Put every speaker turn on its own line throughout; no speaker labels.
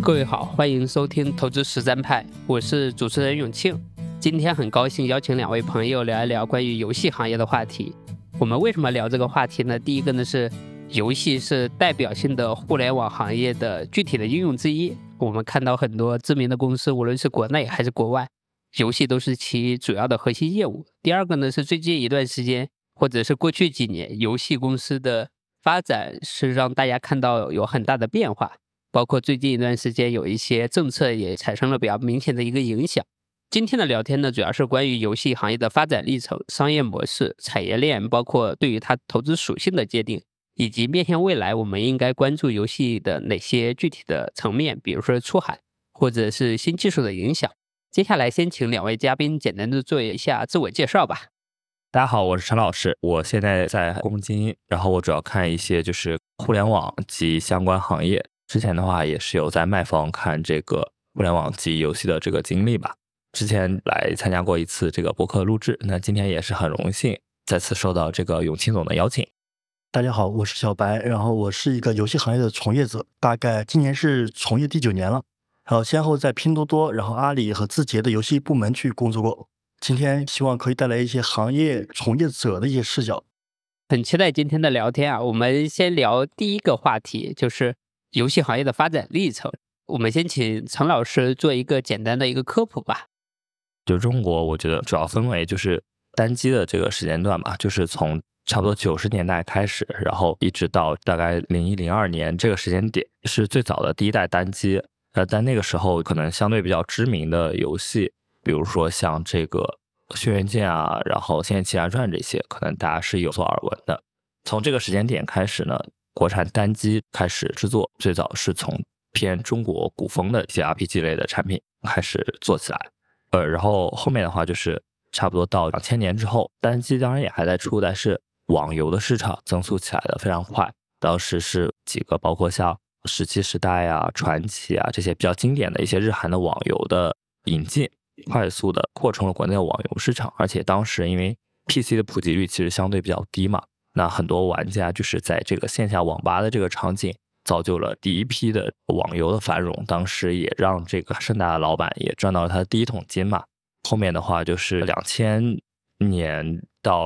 各位好，欢迎收听投资实战派，我是主持人永庆。今天很高兴邀请两位朋友聊一聊关于游戏行业的话题。我们为什么聊这个话题呢？第一个呢是游戏是代表性的互联网行业的具体的应用之一。我们看到很多知名的公司，无论是国内还是国外，游戏都是其主要的核心业务。第二个呢是最近一段时间，或者是过去几年，游戏公司的发展是让大家看到有很大的变化。包括最近一段时间有一些政策也产生了比较明显的一个影响。今天的聊天呢，主要是关于游戏行业的发展历程、商业模式、产业链，包括对于它投资属性的界定，以及面向未来我们应该关注游戏的哪些具体的层面，比如说出海或者是新技术的影响。接下来先请两位嘉宾简单的做一下自我介绍吧。
大家好，我是陈老师，我现在在公金，然后我主要看一些就是互联网及相关行业。之前的话也是有在卖方看这个互联网及游戏的这个经历吧。之前来参加过一次这个播客录制，那今天也是很荣幸再次受到这个永庆总的邀请。
大家好，我是小白，然后我是一个游戏行业的从业者，大概今年是从业第9年了，然后先后在拼多多、然后阿里和字节的游戏部门去工作过。今天希望可以带来一些行业从业者的一些视角。
很期待今天的聊天啊！我们先聊第一个话题，就是游戏行业的发展历程。我们先请陈老师做一个简单的一个科普吧。
就中国我觉得主要分为就是单机的这个时间段吧，就是从差不多90年代开始，然后一直到大概01、02年这个时间点是最早的第一代单机。但那个时候可能相对比较知名的游戏，比如说像这个轩辕剑啊，然后仙剑奇侠传这些，可能大家是有所耳闻的。从这个时间点开始呢，国产单机开始制作，最早是从偏中国古风的一些 RPG 类的产品开始做起来。然后后面的话就是差不多到2000年之后，单机当然也还在出，但是网游的市场增速起来的非常快。当时是几个包括像17时代啊、传奇啊这些比较经典的一些日韩的网游的引进，快速的扩充了国内的网游市场。而且当时因为 PC 的普及率其实相对比较低嘛，那很多玩家就是在这个线下网吧的这个场景造就了第一批的网游的繁荣，当时也让这个盛大的老板也赚到了他的第一桶金嘛。后面的话就是2000年到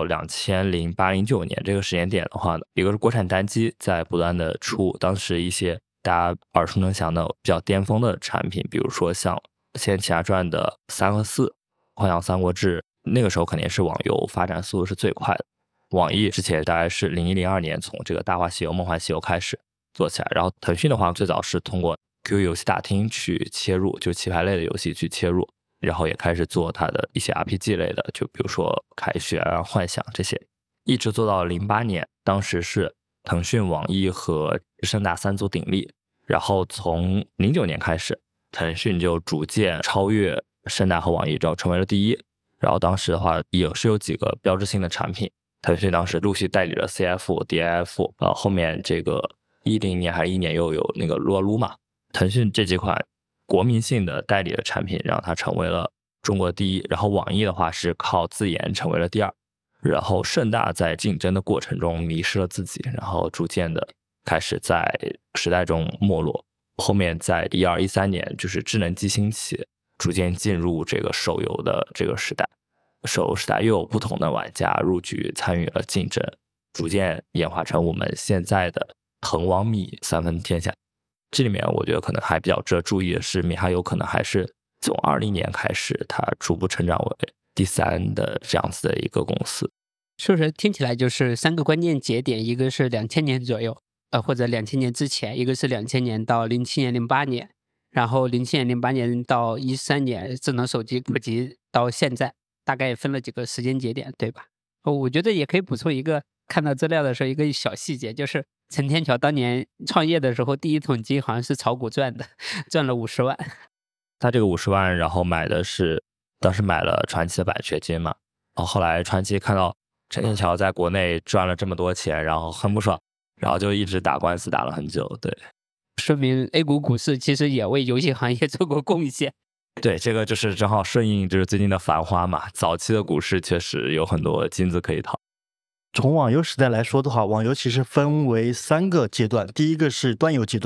2008、09年这个时间点的话，一个是国产单机在不断的出，当时一些大家耳熟能详的比较巅峰的产品，比如说像仙剑奇侠传的3和4、幻想三国志，那个时候肯定是网游发展速度是最快的。网易之前大概是01、02年从这个大话西游、梦幻西游开始做起来，然后腾讯的话最早是通过 QQ 游戏大厅去切入，就棋牌类的游戏去切入，然后也开始做它的一些 RPG 类的，就比如说凯旋啊、幻想这些，一直做到08年，当时是腾讯、网易和盛大3足鼎立，然后从09年开始，腾讯就逐渐超越盛大和网易，然后成为了第一。然后当时的话也是有几个标志性的产品，腾讯当时陆续代理了 CF、DIF， 后面这个10年还是1年又有那个撸啊撸嘛，腾讯这几款国民性的代理的产品让它成为了中国第一。然后网易的话是靠自研成为了第2，然后盛大在竞争的过程中迷失了自己，然后逐渐的开始在时代中没落。后面在12、13年就是智能机兴起，逐渐进入这个手游的这个时代，手游时代又有不同的玩家入局参与了竞争，逐渐演化成我们现在的腾王米3分天下。这里面我觉得可能还比较值得注意的是，米哈游可能还是从20年开始它逐步成长为第3的这样子的一个公司。
是不是听起来就是3个关键节点，一个是2000年左右，或者2000年之前，一个是2000年到07年、08年，然后07年、08年到13年智能手机普及到现在，大概分了几个时间节点，对吧？我觉得也可以补充一个，看到资料的时候一个小细节，就是陈天桥当年创业的时候第一桶金好像是炒股赚的，赚了50万。
他这个50万，然后买的是当时买了传奇的版权金嘛，然后后来传奇看到陈天桥在国内赚了这么多钱，然后很不爽，然后就一直打官司打了很久。对，
说明 A 股股市其实也为游戏行业做过贡献。
对，这个就是正好顺应就是最近的繁花嘛，早期的股市确实有很多金子可以淘。
从网游时代来说的话，网游其实分为3个阶段，第一个是端游阶段，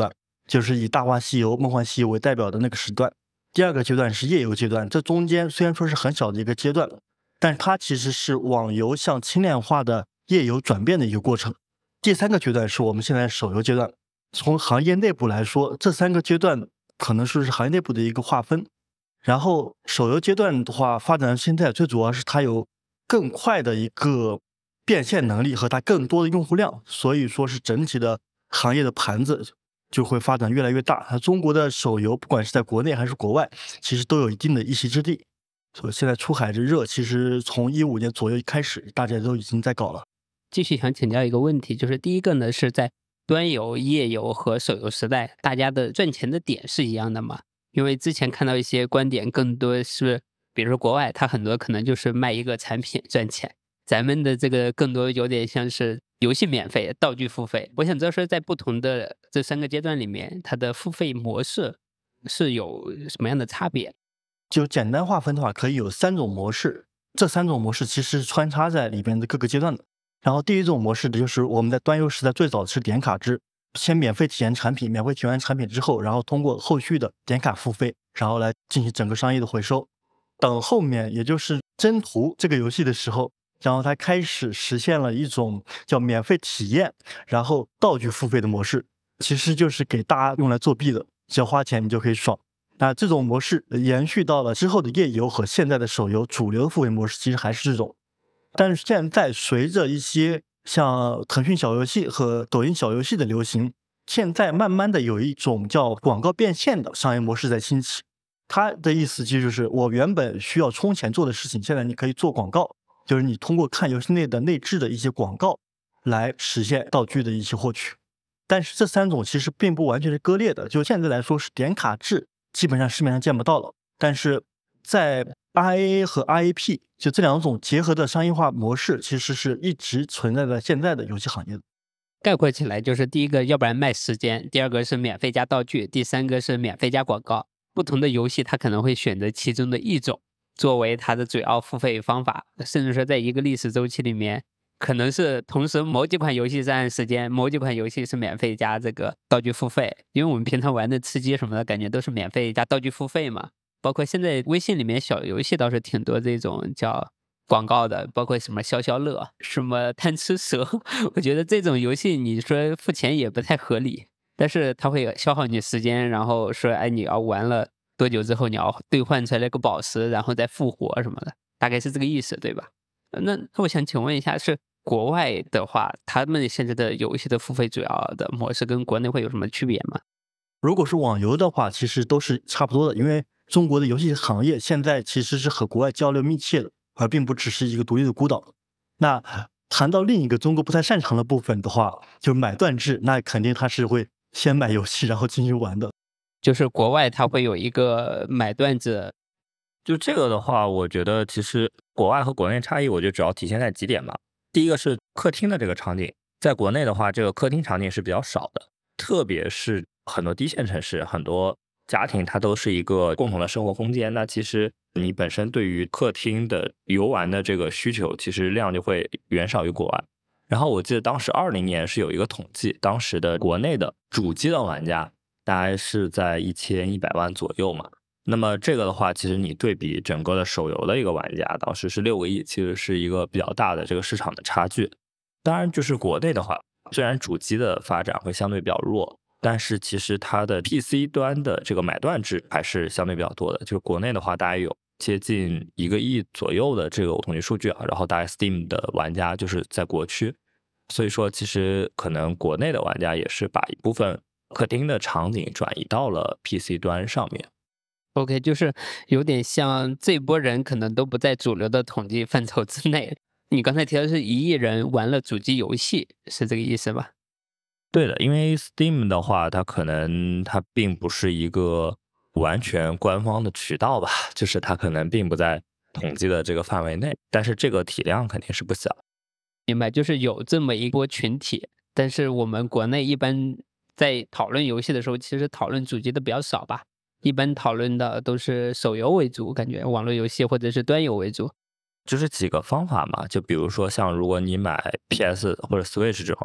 就是以《大话西游》《梦幻西游》为代表的那个时段。第二个阶段是页游阶段，这中间虽然说是很小的一个阶段，但它其实是网游向轻量化的页游转变的一个过程。第三个阶段是我们现在手游阶段。从行业内部来说，这3个阶段可能说是行业内部的一个划分。然后手游阶段的话，发展到现在，最主要是它有更快的一个变现能力和它更多的用户量，所以说是整体的行业的盘子就会发展越来越大。中国的手游不管是在国内还是国外，其实都有一定的一席之地。所以现在出海之热，其实从15年左右开始，大家都已经在搞了。
继续想请教一个问题，就是第一个呢，是在端游、页游和手游时代，大家的赚钱的点是一样的吗？因为之前看到一些观点，更多是比如说国外，它很多可能就是卖一个产品赚钱，咱们的这个更多有点像是游戏免费，道具付费。我想知道说，在不同的这3个阶段里面，它的付费模式是有什么样的差别？
就简单划分的话，可以有3种模式，这3种模式其实是穿插在里边的各个阶段的。然后第一种模式的就是我们在端游时代最早是点卡制，先免费体验产品，免费体验完产品之后，然后通过后续的点卡付费，然后来进行整个商业的回收。等后面也就是征途这个游戏的时候，然后它开始实现了一种叫免费体验，然后道具付费的模式，其实就是给大家用来作弊的，只要花钱你就可以爽。那这种模式延续到了之后的页游和现在的手游，主流的付费模式其实还是这种。但是现在随着一些像腾讯小游戏和抖音小游戏的流行，现在慢慢的有一种叫广告变现的商业模式在兴起。它的意思就是我原本需要充钱做的事情，现在你可以做广告，就是你通过看游戏内的内置的一些广告来实现道具的一些获取。但是这3种其实并不完全是割裂的，就现在来说是点卡制，基本上市面上见不到了。但是在 RAA 和 RAP 就这2种结合的商业化模式，其实是一直存在在现在的游戏行业的。
概括起来就是第一个要不然卖时间，第二个是免费加道具，第三个是免费加广告。不同的游戏它可能会选择其中的一种作为它的主要付费方法，甚至说在一个历史周期里面，可能是同时某几款游戏是按时间，某几款游戏是免费加这个道具付费。因为我们平常玩的吃鸡什么的感觉都是免费加道具付费嘛，包括现在微信里面小游戏倒是挺多这种叫广告的，包括什么消消乐、什么贪吃蛇我觉得这种游戏你说付钱也不太合理，但是它会消耗你时间，然后说哎你要玩了多久之后你要兑换出来个宝石，然后再复活什么的，大概是这个意思对吧？那我想请问一下，是国外的话，他们现在的游戏的付费主要的模式跟国内会有什么区别吗？
如果是网游的话，其实都是差不多的，因为中国的游戏行业现在其实是和国外交流密切的，而并不只是一个独立的孤岛。那谈到另一个中国不太擅长的部分的话，就是买断制，那肯定它是会先买游戏然后进行玩的。
就是国外它会有一个买断制。
就这个的话，我觉得其实国外和国内差异，我觉得主要体现在几点吧。第一个是客厅的这个场景，在国内的话，这个客厅场景是比较少的，特别是很多低线城市，很多家庭它都是一个共同的生活空间。那其实你本身对于客厅的游玩的这个需求，其实量就会远少于国外。然后我记得当时20年是有一个统计，当时的国内的主机的玩家大概是在1100万左右嘛。那么这个的话，其实你对比整个的手游的一个玩家，当时是6个亿，其实是一个比较大的这个市场的差距。当然，就是国内的话，虽然主机的发展会相对比较弱，但是其实它的 PC 端的这个买断制还是相对比较多的。就是国内的话，大概有接近1个亿左右的这个统计数据啊，然后大概 Steam 的玩家就是在国区，所以说其实可能国内的玩家也是把一部分客厅的场景转移到了 PC 端上面。
OK， 就是有点像这波人可能都不在主流的统计范畴之内。你刚才提到是1亿人玩了主机游戏，是这个意思吧？
对的，因为 Steam 的话，它可能它并不是一个完全官方的渠道吧，就是它可能并不在统计的这个范围内，但是这个体量肯定是不小。
明白，就是有这么一波群体，但是我们国内一般在讨论游戏的时候，其实讨论主机的比较少吧。一般讨论的都是手游为主，感觉网络游戏或者是端游为主。
就是几个方法嘛，就比如说像如果你买 PS 或者 Switch 这种，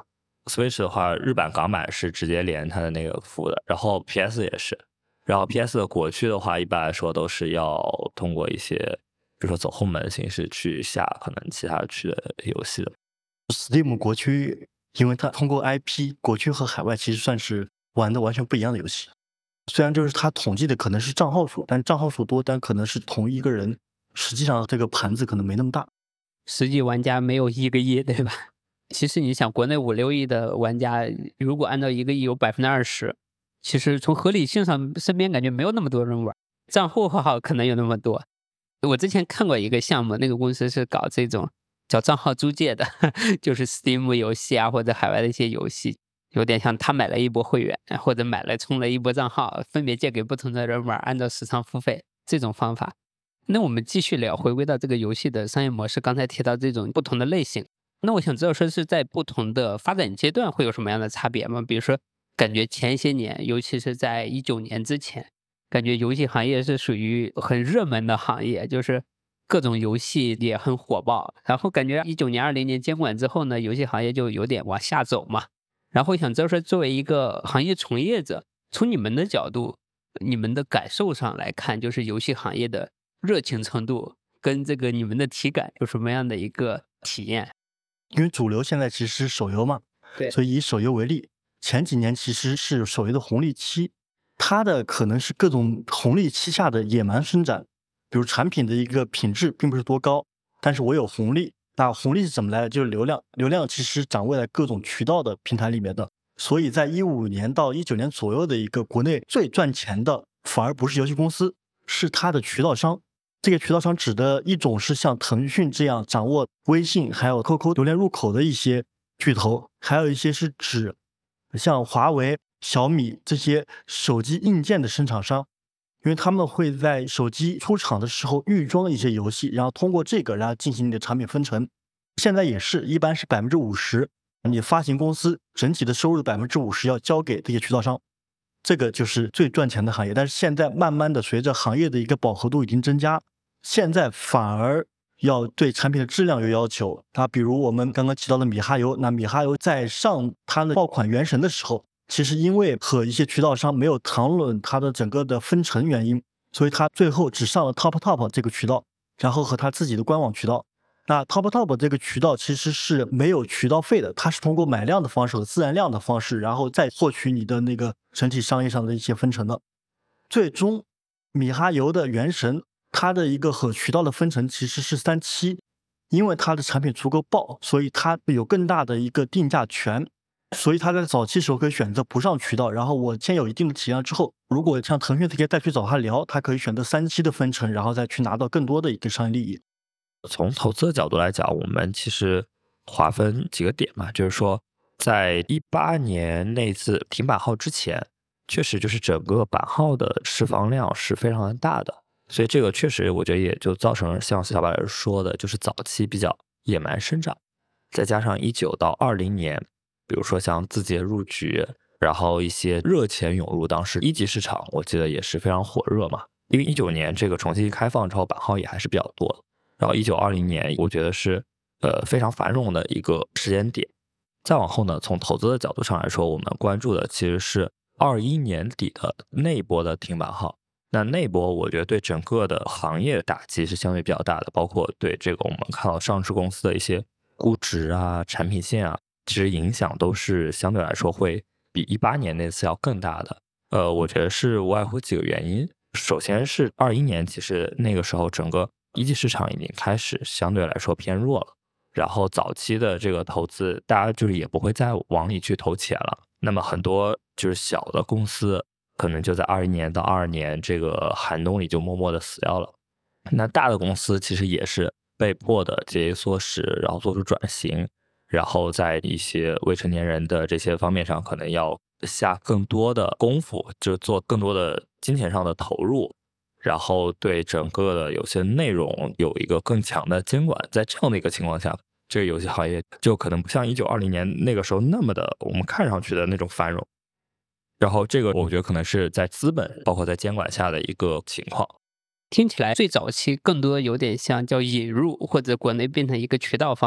Switch 的话，日版港版是直接连它的那个服务的，然后 PS 也是，然后 PS 的国区的话，一般来说都是要通过一些，比如说走后门的形式去下可能其他区的游戏的。
Steam 国区，因为它通过 IP， 国区和海外其实算是玩的完全不一样的游戏。虽然就是它统计的可能是账号数，但账号数多，但可能是同一个人，实际上这个盘子可能没那么大。
实际玩家没有1个亿，对吧？其实你想，国内5、6亿的玩家，如果按照1个亿有20%，其实从合理性上，身边感觉没有那么多人玩，账户号可能有那么多。我之前看过一个项目，那个公司是搞这种叫账号租借的，就是 Steam 游戏啊，或者海外的一些游戏，有点像他买了一波会员，或者充了一波账号，分别借给不同的人玩，按照时长付费这种方法。那我们继续聊，回归到这个游戏的商业模式，刚才提到这种不同的类型，那我想知道说是在不同的发展阶段会有什么样的差别吗？比如说，感觉前些年，尤其是在19年之前，感觉游戏行业是属于很热门的行业，就是各种游戏也很火爆。然后感觉19年、20年监管之后呢，游戏行业就有点往下走嘛。然后想知道说，作为一个行业从业者，从你们的角度、你们的感受上来看，就是游戏行业的热情程度跟这个你们的体感有什么样的一个体验？
因为主流现在其实是手游嘛，
对，
所以以手游为例，前几年其实是手游的红利期，它的可能是各种红利期下的野蛮生长，比如产品的一个品质并不是多高，但是我有红利。那红利是怎么来的？就是流量，流量其实掌握在各种渠道的平台里面的。所以在15年到19年左右的一个国内最赚钱的，反而不是游戏公司，是它的渠道商。这个渠道商指的一种是像腾讯这样掌握微信还有 QQ 流量入口的一些巨头，还有一些是指像华为、小米这些手机硬件的生产商，因为他们会在手机出厂的时候预装一些游戏，然后通过这个然后进行你的产品分成。现在也是一般是50%，你发行公司整体的收入的50%要交给这些渠道商，这个就是最赚钱的行业。但是现在慢慢的随着行业的一个饱和度已经增加，现在反而要对产品的质量有要求。比如我们刚刚提到的米哈游，那米哈游在上它的爆款原神的时候，其实因为和一些渠道商没有谈论它的整个的分成原因，所以它最后只上了 TopTop 这个渠道，然后和它自己的官网渠道。那 TopTop 这个渠道其实是没有渠道费的，它是通过买量的方式和自然量的方式，然后再获取你的那个整体商业上的一些分成的。最终米哈游的原神它的一个和渠道的分成其实是37，因为它的产品足够爆，所以它有更大的一个定价权，所以它在早期时候可以选择不上渠道，然后我先有一定的体量之后，如果像腾讯这些再去找他聊，他可以选择37的分成，然后再去拿到更多的一个商业利益。
从投资的角度来讲，我们其实划分几个点嘛，就是说在18年那次停版号之前，确实就是整个版号的释放量是非常的大的，所以这个确实我觉得也就造成了像小白老师说的，就是早期比较野蛮生长，再加上19到20年，比如说像字节入局，然后一些热钱涌入，当时一级市场我记得也是非常火热嘛，因为19年这个重新开放之后版号也还是比较多的，然后19、20年我觉得是非常繁荣的一个时间点。再往后呢，从投资的角度上来说，我们关注的其实是21年底的那一波的停版号。那一波我觉得对整个的行业打击是相对比较大的，包括对这个我们看到上市公司的一些估值啊、产品线啊，其实影响都是相对来说会比18年那次要更大的。我觉得是无外乎几个原因。首先是21年，其实那个时候整个一级市场已经开始相对来说偏弱了，然后早期的这个投资，大家就是也不会再往里去投钱了。那么很多就是小的公司，可能就在21年到22年这个寒冬里就默默的死掉了。那大的公司其实也是被迫的节衣缩食，然后做出转型，然后在一些未成年人的这些方面上，可能要下更多的功夫，就做更多的金钱上的投入，然后对整个的有些内容有一个更强的监管。在这样的一个情况下，这个游戏行业就可能不像19、20年那个时候那么的我们看上去的那种繁荣。然后这个我觉得可能是在资本包括在监管下的一个情况。
听起来最早期更多有点像叫引入，或者国内变成一个渠道方，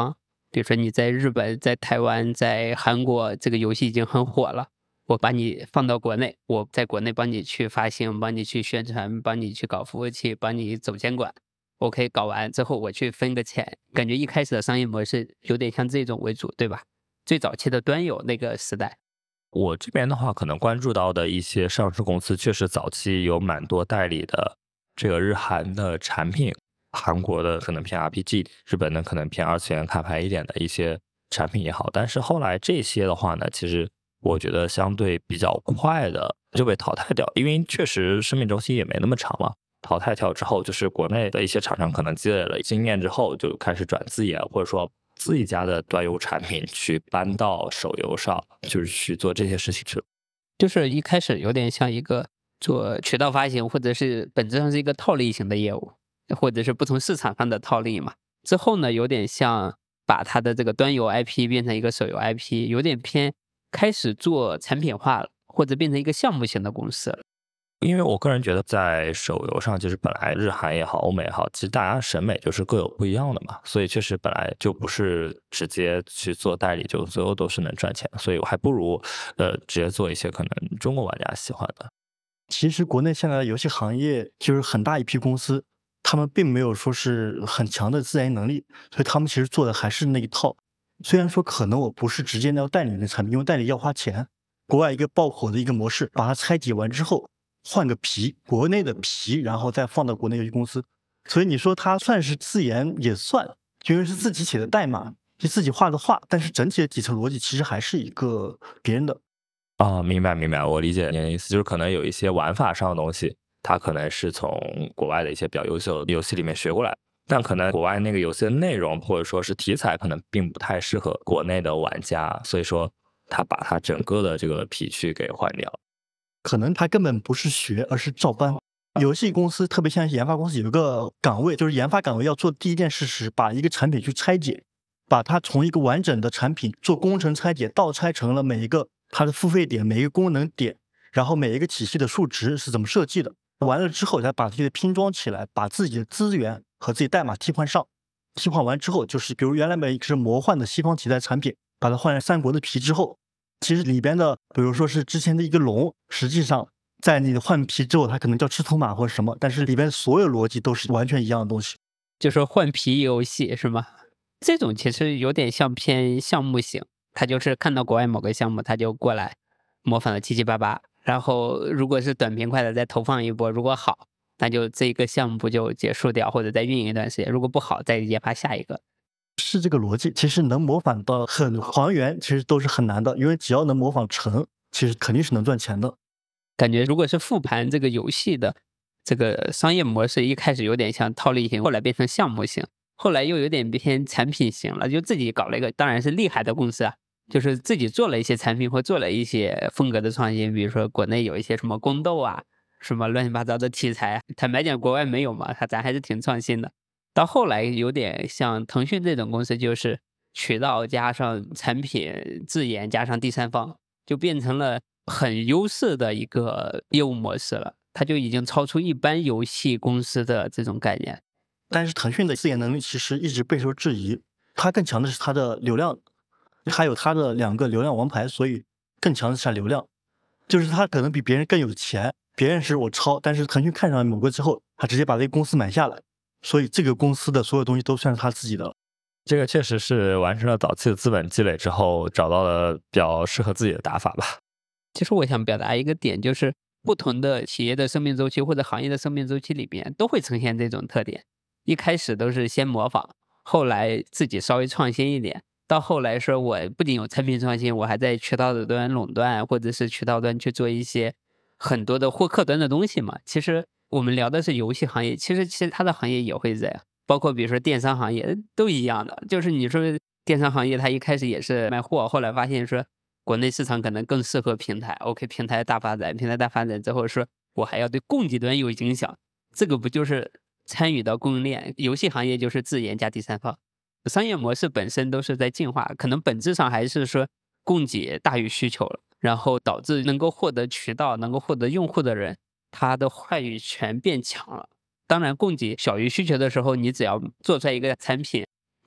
比如说你在日本、在台湾、在韩国，这个游戏已经很火了，我把你放到国内，我在国内帮你去发行，帮你去宣传，帮你去搞服务器，帮你走监管。OK，搞完之后我去分个钱，感觉一开始的商业模式有点像这种为主，对吧？最早期的端游那个时代。
我这边的话，可能关注到的一些上市公司，确实早期有蛮多代理的这个日韩的产品，韩国的可能偏 RPG， 日本的可能偏二次元卡牌一点的一些产品也好，但是后来这些的话呢，其实我觉得相对比较快的就被淘汰掉，因为确实生命周期也没那么长了。淘汰掉之后，就是国内的一些厂商可能积累了经验之后，就开始转自研，或者说自己家的端游产品去搬到手游上，就是去做这些事情去了。
就是一开始有点像一个做渠道发行，或者是本质上是一个套利型的业务，或者是不同市场上的套利嘛。之后呢，有点像把它的这个端游 IP 变成一个手游 IP，有点偏开始做产品化了，或者变成一个项目型的公司了。
因为我个人觉得，在手游上，就是本来日韩也好，欧美也好，其实大家审美就是各有不一样的嘛，所以确实本来就不是直接去做代理，就最后都是能赚钱的，所以我还不如直接做一些可能中国玩家喜欢的。
其实国内现在的游戏行业就是很大一批公司，他们并没有说是很强的自研能力，所以他们其实做的还是那一套。虽然说可能我不是直接要代理的产品，因为代理要花钱。国外一个爆火的一个模式，把它拆解完之后，换个皮，国内的皮，然后再放到国内游戏公司。所以你说它算是自研也算，因为是自己写的代码，是自己画的画，但是整体的底层逻辑其实还是一个别人的。
明白，我理解你的意思，就是可能有一些玩法上的东西，它可能是从国外的一些比较优秀的游戏里面学过来，但可能国外那个游戏的内容或者说是题材，可能并不太适合国内的玩家，所以说他把他整个的这个皮去给换掉。
可能他根本不是学，而是照搬。游戏公司，特别像研发公司，有一个岗位，就是研发岗位要做的第一件事是把一个产品去拆解，把它从一个完整的产品做工程拆解，倒拆成了每一个它的付费点，每一个功能点，然后每一个体系的数值是怎么设计的。完了之后，再把这些拼装起来，把自己的资源和自己代码替换上。替换完之后，就是比如原来每一个是魔幻的西方题材产品，把它换成三国的皮之后，其实里边的，比如说是之前的一个龙，实际上在你换皮之后，它可能叫赤兔马或者什么，但是里边所有逻辑都是完全一样的东西。
就是换皮游戏是吗？这种其实有点像偏项目型，他就是看到国外某个项目，他就过来模仿的七七八八，然后如果是短平快的再投放一波，如果好，那就这个项目就结束掉，或者再运营一段时间，如果不好再研发下一个。
是这个逻辑，其实能模仿到很还原，其实都是很难的，因为只要能模仿成，其实肯定是能赚钱的。
感觉如果是复盘这个游戏的这个商业模式，一开始有点像套利型，后来变成项目型，后来又有点偏产品型了，就自己搞了一个，当然是厉害的公司啊，就是自己做了一些产品或做了一些风格的创新，比如说国内有一些什么宫斗啊，什么乱七八糟的题材，坦白讲国外没有嘛，咱还是挺创新的。到后来有点像腾讯这种公司，就是渠道加上产品自研加上第三方，就变成了很优势的一个业务模式了，它就已经超出一般游戏公司的这种概念。
但是腾讯的自研能力其实一直备受质疑，它更强的是它的流量，还有它的2个流量王牌，所以更强的是它流量，就是它可能比别人更有钱，别人是我抄，但是腾讯看上某个之后，他直接把这个公司买下来，所以这个公司的所有东西都算是他自己的。
这个确实是完成了早期的资本积累之后，找到了比较适合自己的打法吧。
其实我想表达一个点，就是不同的企业的生命周期或者行业的生命周期里边，都会呈现这种特点。一开始都是先模仿，后来自己稍微创新一点，到后来说我不仅有产品创新，我还在渠道端垄断，或者是渠道端去做一些很多的获客端的东西嘛。其实我们聊的是游戏行业，其实其他的行业也会这样，包括比如说电商行业都一样的。就是你说电商行业它一开始也是卖货，后来发现说国内市场可能更适合平台 ，OK， 平台大发展，平台大发展之后说我还要对供给端有影响，这个不就是参与到供应链？游戏行业就是自研加第三方，商业模式本身都是在进化，可能本质上还是说供给大于需求了，然后导致能够获得渠道、能够获得用户的人，他的话语权变强了。当然，供给小于需求的时候，你只要做出来一个产品，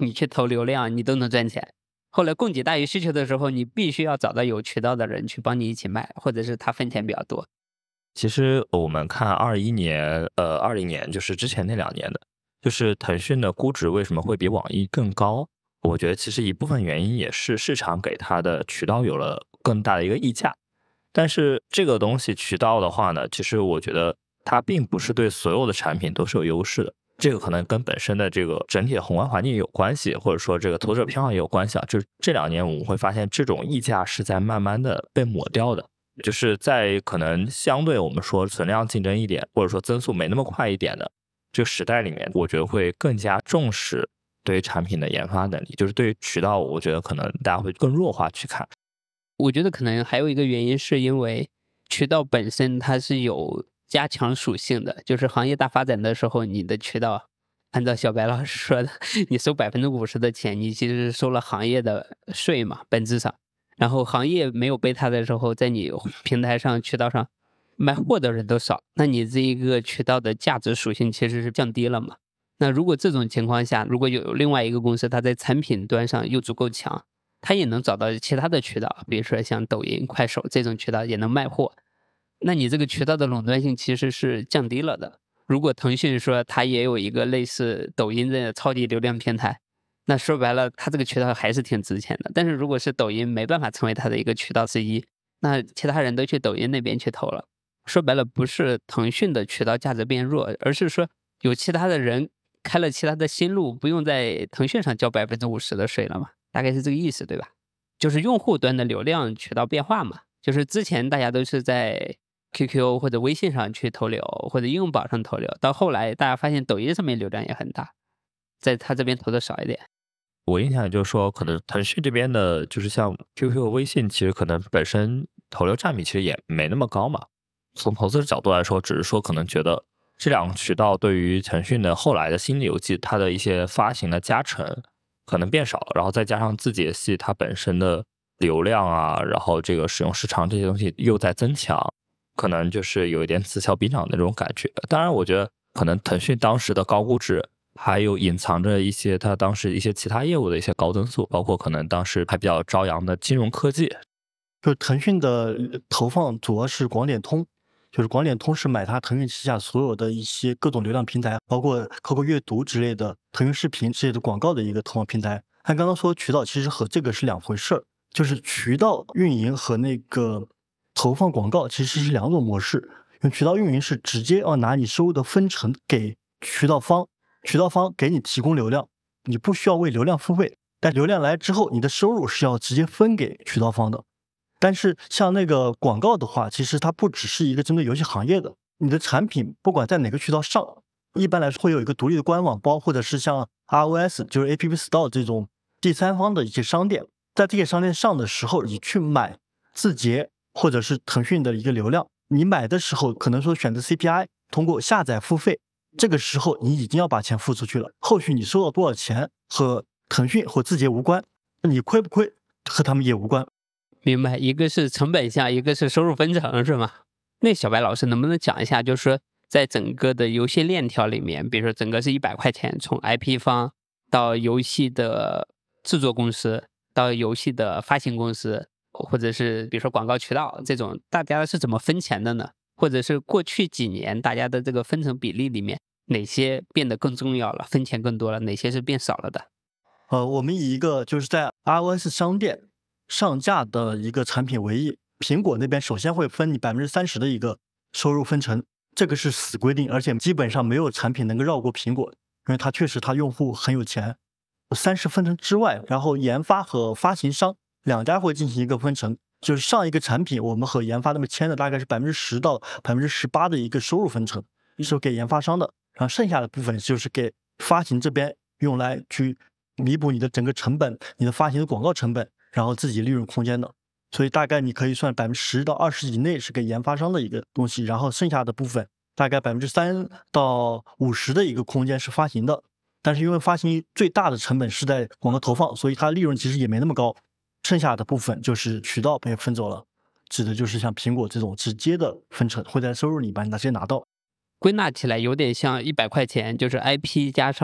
你去投流量，你都能赚钱。后来供给大于需求的时候，你必须要找到有渠道的人去帮你一起卖，或者是他分钱比较多。
其实我们看21年20年就是之前那2年的，就是腾讯的估值为什么会比网易更高，我觉得其实一部分原因也是市场给它的渠道有了更大的一个溢价。但是这个东西渠道的话呢，其实我觉得它并不是对所有的产品都是有优势的，这个可能跟本身的这个整体的宏观环境有关系，或者说这个投资者偏好也有关系啊。就是这2年我们会发现这种溢价是在慢慢的被抹掉的，就是在可能相对我们说存量竞争一点，或者说增速没那么快一点的这个时代里面，我觉得会更加重视对于产品的研发能力，就是对于渠道我觉得可能大家会更弱化去看。
我觉得可能还有一个原因是因为渠道本身它是有加强属性的，就是行业大发展的时候，你的渠道按照小白老师说的，你收50%的钱，你其实是收了行业的税嘛，本质上。然后行业没有贝塔的时候，在你平台上渠道上卖货的人都少，那你这一个渠道的价值属性其实是降低了嘛。那如果这种情况下，如果有另外一个公司它在产品端上又足够强，它也能找到其他的渠道，比如说像抖音、快手这种渠道也能卖货，那你这个渠道的垄断性其实是降低了的。如果腾讯说它也有一个类似抖音的超级流量平台，那说白了它这个渠道还是挺值钱的。但是如果是抖音没办法成为它的一个渠道之一，那其他人都去抖音那边去投了，说白了不是腾讯的渠道价值变弱，而是说有其他的人开了其他的新路，不用在腾讯上交50%的税了嘛，大概是这个意思，对吧？就是用户端的流量渠道变化嘛，就是之前大家都是在 QQ 或者微信上去投流，或者应用宝上投流，到后来大家发现抖音上面流量也很大，在他这边投的少一点。
我印象就是说，可能腾讯这边的，就是像 QQ、微信，其实可能本身投流占比其实也没那么高嘛。从投资者角度来说，只是说可能觉得这2个渠道对于腾讯的后来的新游戏，它的一些发行的加成可能变少了，然后再加上字节系它本身的流量啊，然后这个使用时长这些东西又在增强，可能就是有一点此消彼长的那种感觉。当然，我觉得可能腾讯当时的高估值，还有隐藏着一些它当时一些其他业务的一些高增速，包括可能当时还比较朝阳的金融科技。
就腾讯的投放主要是广点通，就是广点通是买它腾讯旗下所有的一些各种流量平台，包括 QQ 阅读之类的、腾讯视频之类的广告的一个投放平台。按刚刚说渠道其实和这个是两回事儿，就是渠道运营和那个投放广告其实是2种模式。因为渠道运营是直接要拿你收入的分成给渠道方，渠道方给你提供流量，你不需要为流量付费，但流量来之后，你的收入是要直接分给渠道方的。但是像那个广告的话，其实它不只是一个针对游戏行业的，你的产品不管在哪个渠道上，一般来说会有一个独立的官网包，或者是像 iOS 就是 App Store 这种第三方的一些商店，在这些商店上的时候，你去买字节或者是腾讯的一个流量，你买的时候可能说选择 CPI， 通过下载付费，这个时候你已经要把钱付出去了，后续你收到多少钱和腾讯或字节无关，你亏不亏和他们也无关。
明白，一个是成本项，一个是收入分成，是吗？那小白老师能不能讲一下，就是说在整个的游戏链条里面，比如说整个是100块钱，从 IP 方到游戏的制作公司，到游戏的发行公司，或者是比如说广告渠道这种，大家是怎么分钱的呢？或者是过去几年大家的这个分成比例里面，哪些变得更重要了，分钱更多了，哪些是变少了的？
我们以一个就是在 iOS 商店上架的一个产品为例，苹果那边首先会分你30%的一个收入分成，这个是死规定，而且基本上没有产品能够绕过苹果，因为它确实它用户很有钱。30分成之外，然后研发和发行商2家会进行一个分成，就是上一个产品我们和研发那么签的大概是10%到18%的一个收入分成，是给研发商的，然后剩下的部分就是给发行这边用来去弥补你的整个成本，你的发行的广告成本，然后自己利润空间的。所以大概你可以算10%到20%以内是给研发商的一个东西，然后剩下的部分大概3%到50%的一个空间是发行的。但是因为发行最大的成本是在广告投放，所以它利润其实也没那么高，剩下的部分就是渠道被分走了，指的就是像苹果这种直接的分成，会在收入里把你直接拿到。
归纳起来有点像100块钱，就是 IP 加上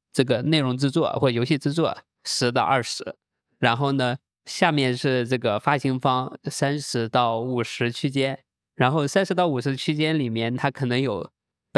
这个内容制作或游戏制作10到20，然后呢，下面是这个发行方30到50区间，然后30到50区间里面，它可能有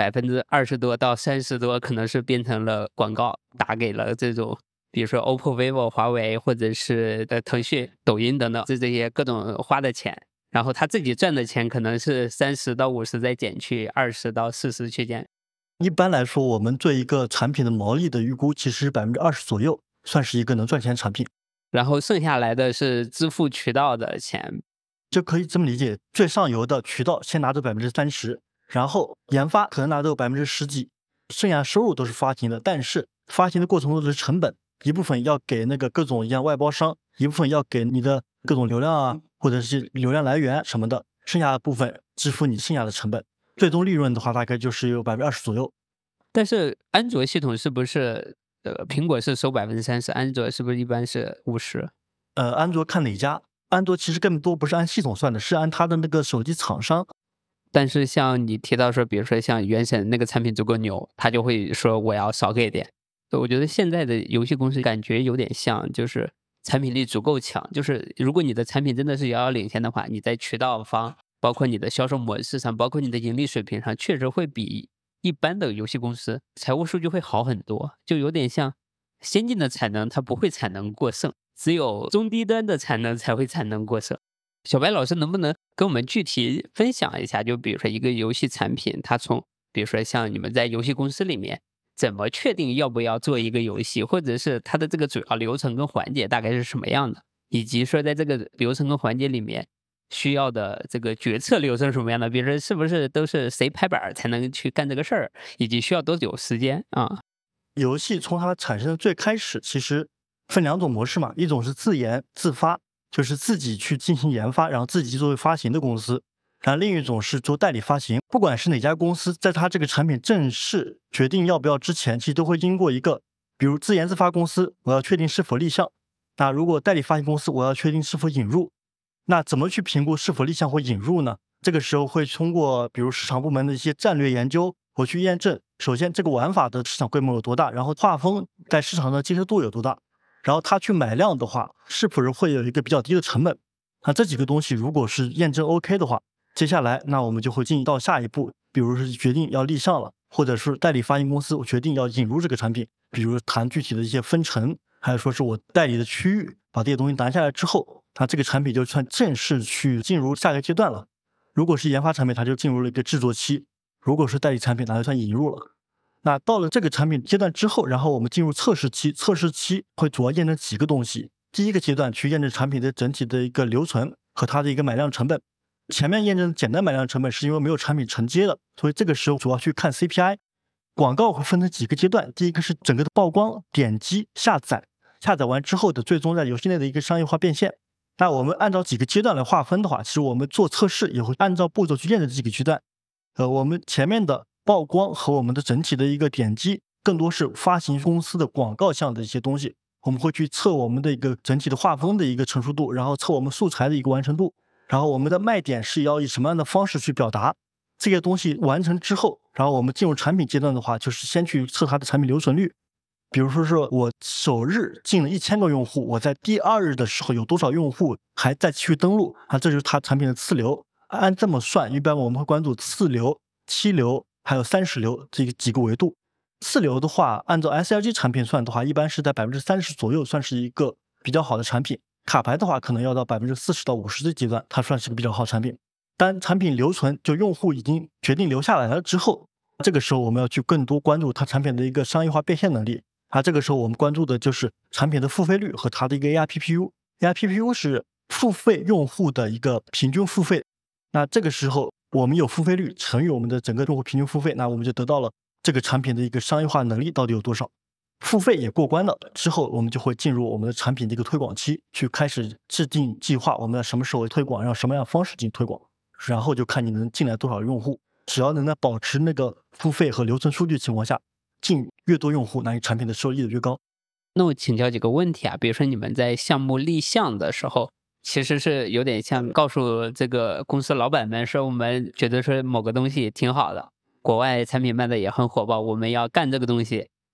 20%多到30%多可能是变成了广告，打给了这种比如说 OPPO、vivo、华为或者是腾讯、抖音等等，这些各种花的钱。然后他自己赚的钱可能是30到50再减去20到40区间。
一般来说，我们对一个产品的毛利的预估其实是20%左右，算是一个能赚钱的产品。
然后剩下来的是支付渠道的钱，
就可以这么理解，最上游的渠道先拿走30%，然后研发可能拿走10%几，剩下收入都是发行的，但是发行的过程中的成本，一部分要给那个各种一样外包商，一部分要给你的各种流量啊，或者是流量来源什么的，剩下的部分支付你剩下的成本，最终利润的话大概就是有20%左右。
但是安卓系统是不是苹果是收30%，安卓是不是一般是50%？
安卓看哪家？安卓其实根本都不是按系统算的，是按它的那个手机厂商。
但是像你提到说，比如说像原神那个产品足够牛，他就会说我要少给点。我觉得现在的游戏公司感觉有点像，就是产品力足够强，就是如果你的产品真的是遥遥领先的话，你在渠道方，包括你的销售模式上，包括你的盈利水平上，确实会比一般的游戏公司财务数据会好很多，就有点像先进的产能它不会产能过剩，只有中低端的产能才会产能过剩。小白老师能不能跟我们具体分享一下，就比如说一个游戏产品，它从比如说像你们在游戏公司里面怎么确定要不要做一个游戏，或者是它的这个主要流程跟环节大概是什么样的，以及说在这个流程跟环节里面需要的这个决策流程是什么样的，比如说是不是都是谁拍板才能去干这个事儿，以及需要多久时间啊？
游戏从它产生的最开始其实分2种模式嘛，一种是自研自发，就是自己去进行研发，然后自己作为发行的公司，然后另一种是做代理发行。不管是哪家公司，在它这个产品正式决定要不要之前，其实都会经过一个，比如自研自发公司，我要确定是否立项，那如果代理发行公司，我要确定是否引入。那怎么去评估是否立项或引入呢？这个时候会通过比如市场部门的一些战略研究，我去验证，首先这个玩法的市场规模有多大，然后画风在市场的接受度有多大，然后他去买量的话，是不是会有一个比较低的成本？那这几个东西如果是验证 OK 的话，接下来那我们就会进到下一步，比如是决定要立项了，或者是代理发行公司我决定要引入这个产品，比如谈具体的一些分成，还有说是我代理的区域，把这些东西拿下来之后，那这个产品就算正式去进入下一个阶段了。如果是研发产品，它就进入了一个制作期；如果是代理产品，那就算引入了。那到了这个产品阶段之后，然后我们进入测试期，测试期会主要验证几个东西。第一个阶段去验证产品的整体的一个留存和它的一个买量成本。前面验证简单买量成本是因为没有产品承接了，所以这个时候主要去看 CPI。广告会分成几个阶段，第一个是整个的曝光、点击、下载，下载完之后的最终在游戏内的一个商业化变现。那我们按照几个阶段来划分的话，其实我们做测试也会按照步骤去验证这几个阶段。我们前面的曝光和我们的整体的一个点击，更多是发行公司的广告项的一些东西。我们会去测我们的一个整体的画风的一个成熟度，然后测我们素材的一个完成度，然后我们的卖点是要以什么样的方式去表达。这些东西完成之后，然后我们进入产品阶段的话，就是先去测它的产品留存率。比如说是我首日进了1000个用户，我在第2日的时候有多少用户还在继续登录啊？这就是它产品的次流。按这么算，一般我们会关注次流、7流还有30流这几个维度。次流的话，按照 SLG 产品算的话，一般是在30%左右，算是一个比较好的产品。卡牌的话，可能要到40%到50%的阶段，它算是个比较好产品。当产品留存，就用户已经决定留下来了之后，这个时候我们要去更多关注它产品的一个商业化变现能力。这个时候我们关注的就是产品的付费率和它的一个 ARPPU。ARPPU 是付费用户的一个平均付费。那这个时候我们有付费率乘以我们的整个用户平均付费，那我们就得到了这个产品的一个商业化能力到底有多少。付费也过关了之后，我们就会进入我们的产品的一个推广期，去开始制定计划，我们要什么时候推广，让什么样的方式进行推广，然后就看你能进来多少用户。只要能在保持那个付费和留存数据的情况下，进越多用户，那你产品的收益越高。
那我请教几个问题啊，比如说你们在项目立项的时候，其实是有点像告诉这个公司老板们说，我们觉得说某个东西挺好的，国外产品卖的也很火爆，我们要干这个东西，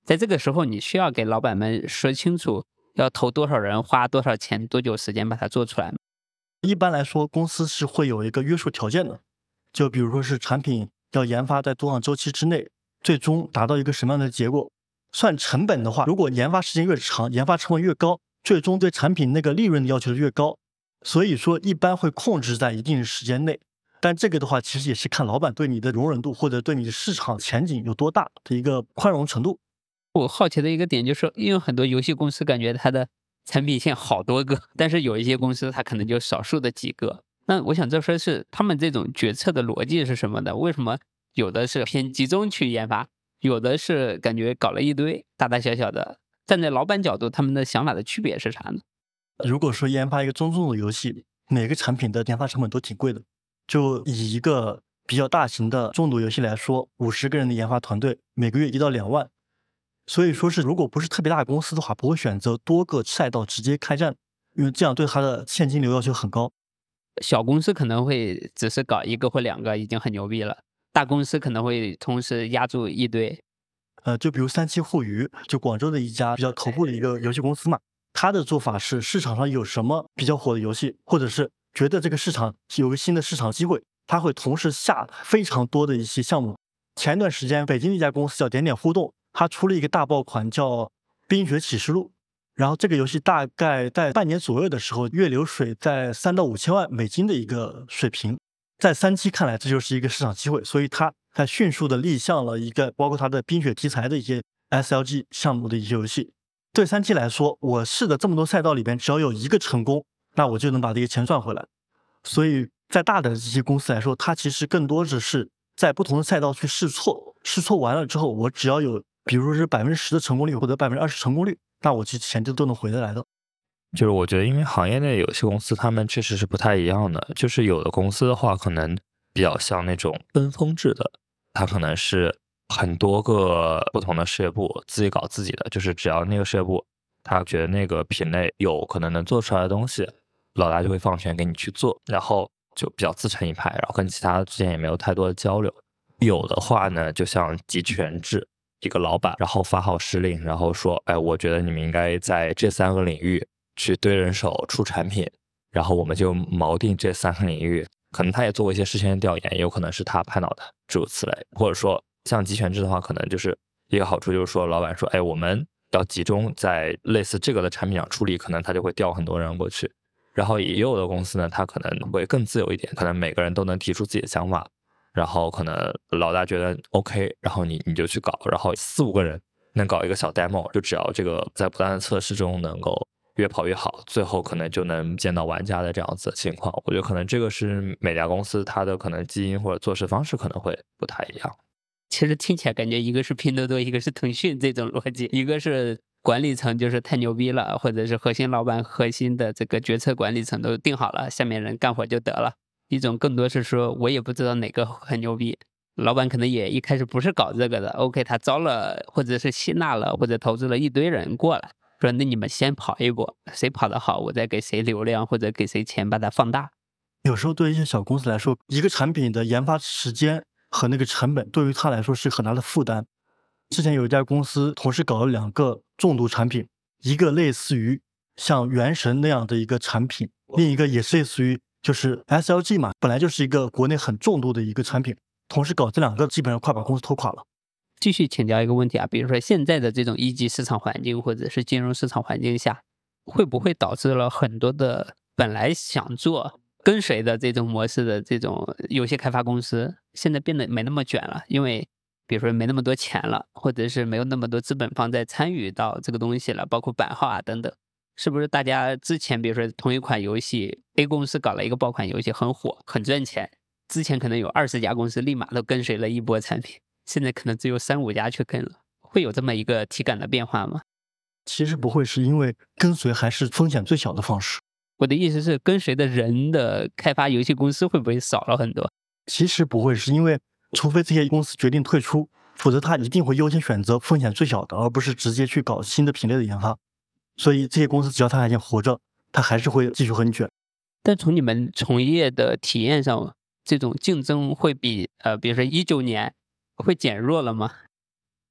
在这个时候，你需要给老板们说清楚要投多少人、花多少钱、多久时间把它做出来。
一般来说，公司是会有一个约束条件的，就比如说是产品要研发在多长周期之内，最终达到一个什么样的结果。算成本的话，如果研发时间越长，研发成本越高，最终对产品那个利润的要求越高。所以说，一般会控制在一定时间内。但这个的话，其实也是看老板对你的容忍度或者对你的市场前景有多大的一个宽容程度。
我好奇的一个点就是，因为很多游戏公司感觉它的产品线好多个，但是有一些公司它可能就少数的几个。那我想这说是他们这种决策的逻辑是什么的？为什么有的是偏集中去研发，有的是感觉搞了一堆大大小小的？站在老板角度，他们的想法的区别是啥呢？
如果说研发一个中重的游戏，每个产品的研发成本都挺贵的。就以一个比较大型的重度游戏来说，50个人的研发团队，每个月1到2万。所以说是，如果不是特别大的公司的话，不会选择多个赛道直接开战，因为这样对它的现金流要求很高。
小公司可能会只是搞1个或2个已经很牛逼了，大公司可能会同时压住一堆。
就比如37互娱，就广州的一家比较头部的一个游戏公司嘛，它的做法是市场上有什么比较火的游戏，或者是觉得这个市场有个新的市场机会，它会同时下非常多的一些项目。前一段时间，北京的一家公司叫点点互动，它出了一个大爆款叫《冰雪启示录》，然后这个游戏大概在半年左右的时候，月流水在3到5千万美金的一个水平，在3期看来，这就是一个市场机会，所以它迅速的立项了一个包括它的冰雪题材的一些 SLG 项目的一些游戏。对3期来说，我试的这么多赛道里边，只要有一个成功，那我就能把这些钱赚回来。所以在大的这些公司来说，它其实更多只是在不同的赛道去试错，试错完了之后，我只要有比如说是10%的成功率或者20%成功率，那我其实钱就都能回得来的。
就是我觉得，因为行业内游戏公司他们确实是不太一样的，就是有的公司的话，可能比较像那种分封制的，它可能是很多个不同的事业部自己搞自己的，就是只要那个事业部他觉得那个品类有可能能做出来的东西，老大就会放权给你去做，然后就比较自成一派，然后跟其他之间也没有太多的交流。有的话呢，就像集权制，一个老板然后发号施令，然后说，哎，我觉得你们应该在这3个领域去堆人手出产品，然后我们就锚定这3个领域。可能他也做过一些事先的调研，也有可能是他拍脑袋，诸如此类。或者说像集权制的话，可能就是一个好处就是说，老板说，哎，我们要集中在类似这个的产品上处理，可能他就会调很多人过去。然后也有的公司呢，他可能会更自由一点，可能每个人都能提出自己的想法，然后可能老大觉得 OK， 然后你就去搞，然后4、5个人能搞一个小 demo， 就只要这个在不断的测试中能够越跑越好，最后可能就能见到玩家的这样子的情况。我觉得可能这个是每家公司它的可能基因或者做事方式可能会不太一样。
其实听起来感觉一个是拼多多，一个是腾讯这种逻辑，一个是管理层就是太牛逼了，或者是核心老板核心的这个决策管理层都定好了，下面人干活就得了。一种更多是说我也不知道哪个很牛逼，老板可能也一开始不是搞这个的 OK， 他招了或者是吸纳了或者投资了一堆人过来，说那你们先跑一波，谁跑得好我再给谁流量或者给谁钱把它放大。
有时候对一些小公司来说，一个产品的研发时间和那个成本对于他来说是很大的负担。之前有一家公司同时搞了2个重度产品，一个类似于像原神那样的一个产品，另一个也是类似于就是 SLG 嘛，本来就是一个国内很重度的一个产品，同时搞这2个基本上快把公司拖垮了。
继续请教一个问题啊，比如说现在的这种一级市场环境或者是金融市场环境下，会不会导致了很多的本来想做跟随的这种模式的这种游戏开发公司，现在变得没那么卷了？因为比如说没那么多钱了，或者是没有那么多资本方在参与到这个东西了，包括版号啊等等。是不是大家之前比如说同一款游戏 A 公司搞了一个爆款游戏很火很赚钱，之前可能有20家公司立马都跟随了一波产品，现在可能只有3、5家去跟了，会有这么一个体感的变化吗？
其实不会，是因为跟随还是风险最小的方式。
我的意思是跟随的人的开发游戏公司会不会少了很多？
其实不会，是因为除非这些公司决定退出，否则他一定会优先选择风险最小的，而不是直接去搞新的品类的研发。所以这些公司只要他还想活着，他还是会继续和你卷。
但从你们从业的体验上，这种竞争会比比如说19年会减弱了吗？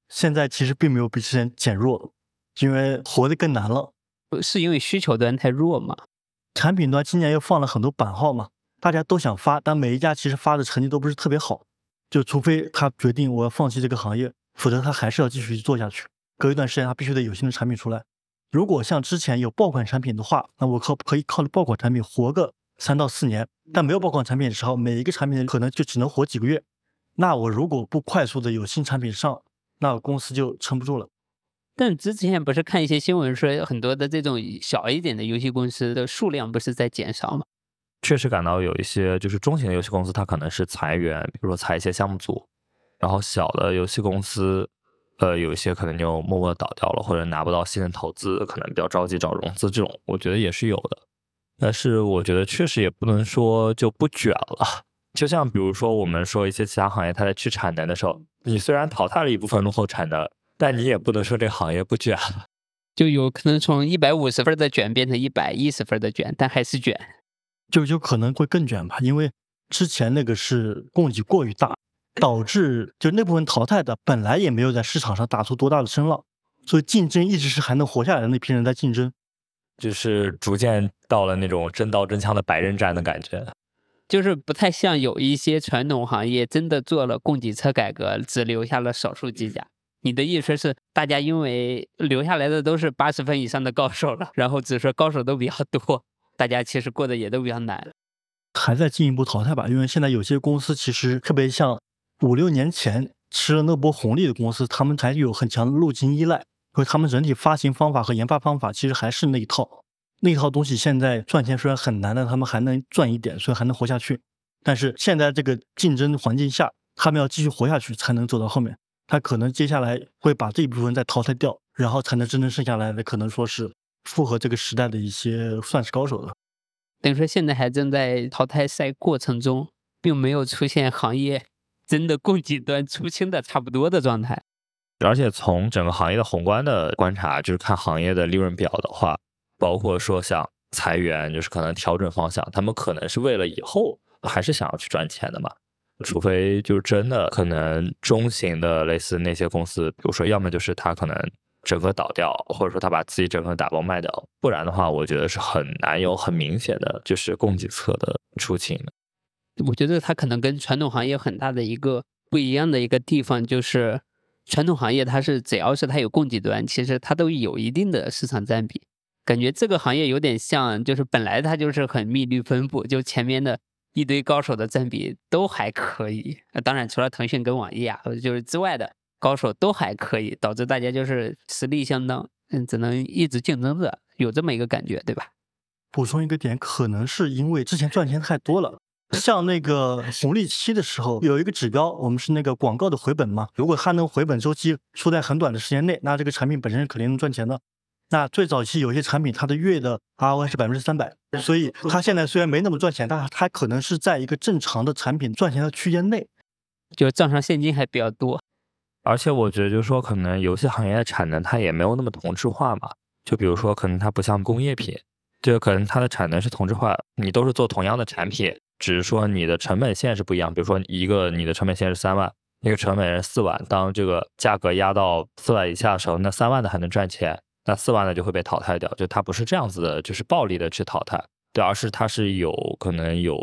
现在其实并没有比之前减弱，因为活得更难了。
是因为需求端太弱吗？
产品端今年又放了很多版号嘛，大家都想发，但每一家其实发的成绩都不是特别好，就除非他决定我要放弃这个行业，否则他还是要继续做下去。隔一段时间他必须得有新的产品出来。如果像之前有爆款产品的话，那我可以靠爆款产品活个3到4年，但没有爆款产品的时候，每一个产品可能就只能活几个月。那我如果不快速的有新产品上，那公司就撑不住了。
但之前不是看一些新闻说，很多的这种小一点的游戏公司的数量不是在减少吗？
确实感到有一些就是中型的游戏公司，它可能是裁员，比如说裁一些项目组，然后小的游戏公司，有一些可能就默默倒掉了，或者拿不到新的投资，可能比较着急找融资，这种我觉得也是有的。但是我觉得确实也不能说就不卷了。就像比如说我们说一些其他行业，它在去产能的时候，你虽然淘汰了一部分落后产能，但你也不能说这个行业不卷。
就有可能从150分的卷变成110分的卷，但还是卷。
就有可能会更卷吧，因为之前那个是供给过于大，导致就那部分淘汰的本来也没有在市场上打出多大的声浪，所以竞争一直是还能活下来的那批人在竞争，
就是逐渐到了那种真刀真枪的白刃战的感觉。
就是不太像有一些传统行业真的做了供给侧改革，只留下了少数几家。你的意思是，大家因为留下来的都是80分以上的高手了，然后只说高手都比较多，大家其实过得也都比较难。
还在进一步淘汰吧。因为现在有些公司其实特别像5-6年前吃了那波红利的公司，他们还有很强的路径依赖，所以他们整体发行方法和研发方法其实还是那一套。那套东西现在赚钱虽然很难，但他们还能赚一点，所以还能活下去。但是现在这个竞争环境下，他们要继续活下去才能走到后面。他可能接下来会把这一部分再淘汰掉，然后才能真正剩下来的可能说是符合这个时代的一些算是高手了。
等于说现在还正在淘汰赛过程中，并没有出现行业真的供给端出清的差不多的状态。
而且从整个行业的宏观的观察，就是看行业的利润表的话，包括说像裁员，就是可能调整方向，他们可能是为了以后还是想要去赚钱的嘛。除非就是真的可能中型的类似那些公司，比如说要么就是他可能整个倒掉，或者说他把自己整个打包卖掉，不然的话我觉得是很难有很明显的就是供给侧的出清的。
我觉得它可能跟传统行业很大的一个不一样的一个地方，就是传统行业它是只要是它有供给端，其实它都有一定的市场占比。感觉这个行业有点像，就是本来它就是很密律分布，就前面的一堆高手的占比都还可以。当然除了腾讯跟网易啊，就是之外的高手都还可以，导致大家就是实力相当，只能一直竞争着，有这么一个感觉，对吧？
补充一个点，可能是因为之前赚钱太多了。像那个红利期的时候，有一个指标，我们是那个广告的回本嘛。如果它能回本周期出在很短的时间内，那这个产品本身肯定能赚钱的。那最早期有些产品，它的月的 ROI 是300%，所以它现在虽然没那么赚钱，但它可能是在一个正常的产品赚钱的区间内，
就账上现金还比较多。
而且我觉得就是说，可能游戏行业的产能它也没有那么同质化嘛。就比如说，可能它不像工业品，就可能它的产能是同质化，你都是做同样的产品，只是说你的成本线是不一样。比如说你的成本线是3万，那个成本是4万，当这个价格压到4万以下的时候，那3万的还能赚钱，那4万的就会被淘汰掉。就它不是这样子的，就是暴力的去淘汰，对，而是它是可能有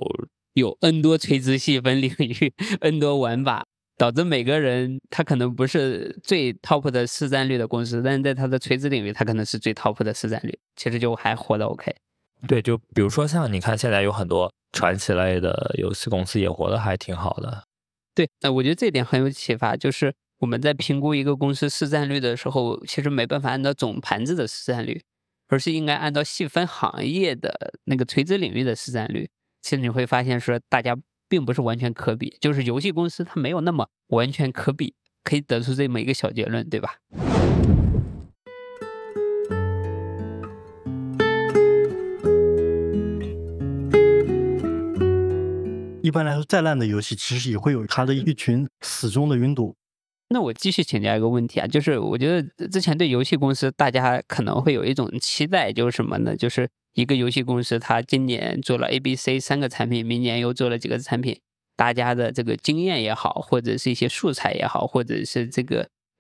N 多垂直细分领域，N 多玩法，导致每个人他可能不是最 top 的市占率的公司，但是在他的垂直领域，他可能是最 top 的市占率，其实就还活得 OK。
对，就比如说像你看现在有很多传奇类的游戏公司也活得还挺好的。
对，我觉得这一点很有启发，就是我们在评估一个公司市占率的时候，其实没办法按照总盘子的市占率，而是应该按照细分行业的那个垂直领域的市占率。其实你会发现说，大家并不是完全可比，就是游戏公司它没有那么完全可比，可以得出这么一个小结论，对吧？
一般来说，再烂的游戏其实也会有它的一群死忠的云朵。
那我继续请教一个问题啊，就是我觉得之前对游戏公司大家可能会有一种期待，就是什么呢？就是一个游戏公司它今年做了 A、B、C 3个产品，明年又做了几个产品，大家的这个经验也好，或者是一些素材也好，或者是这个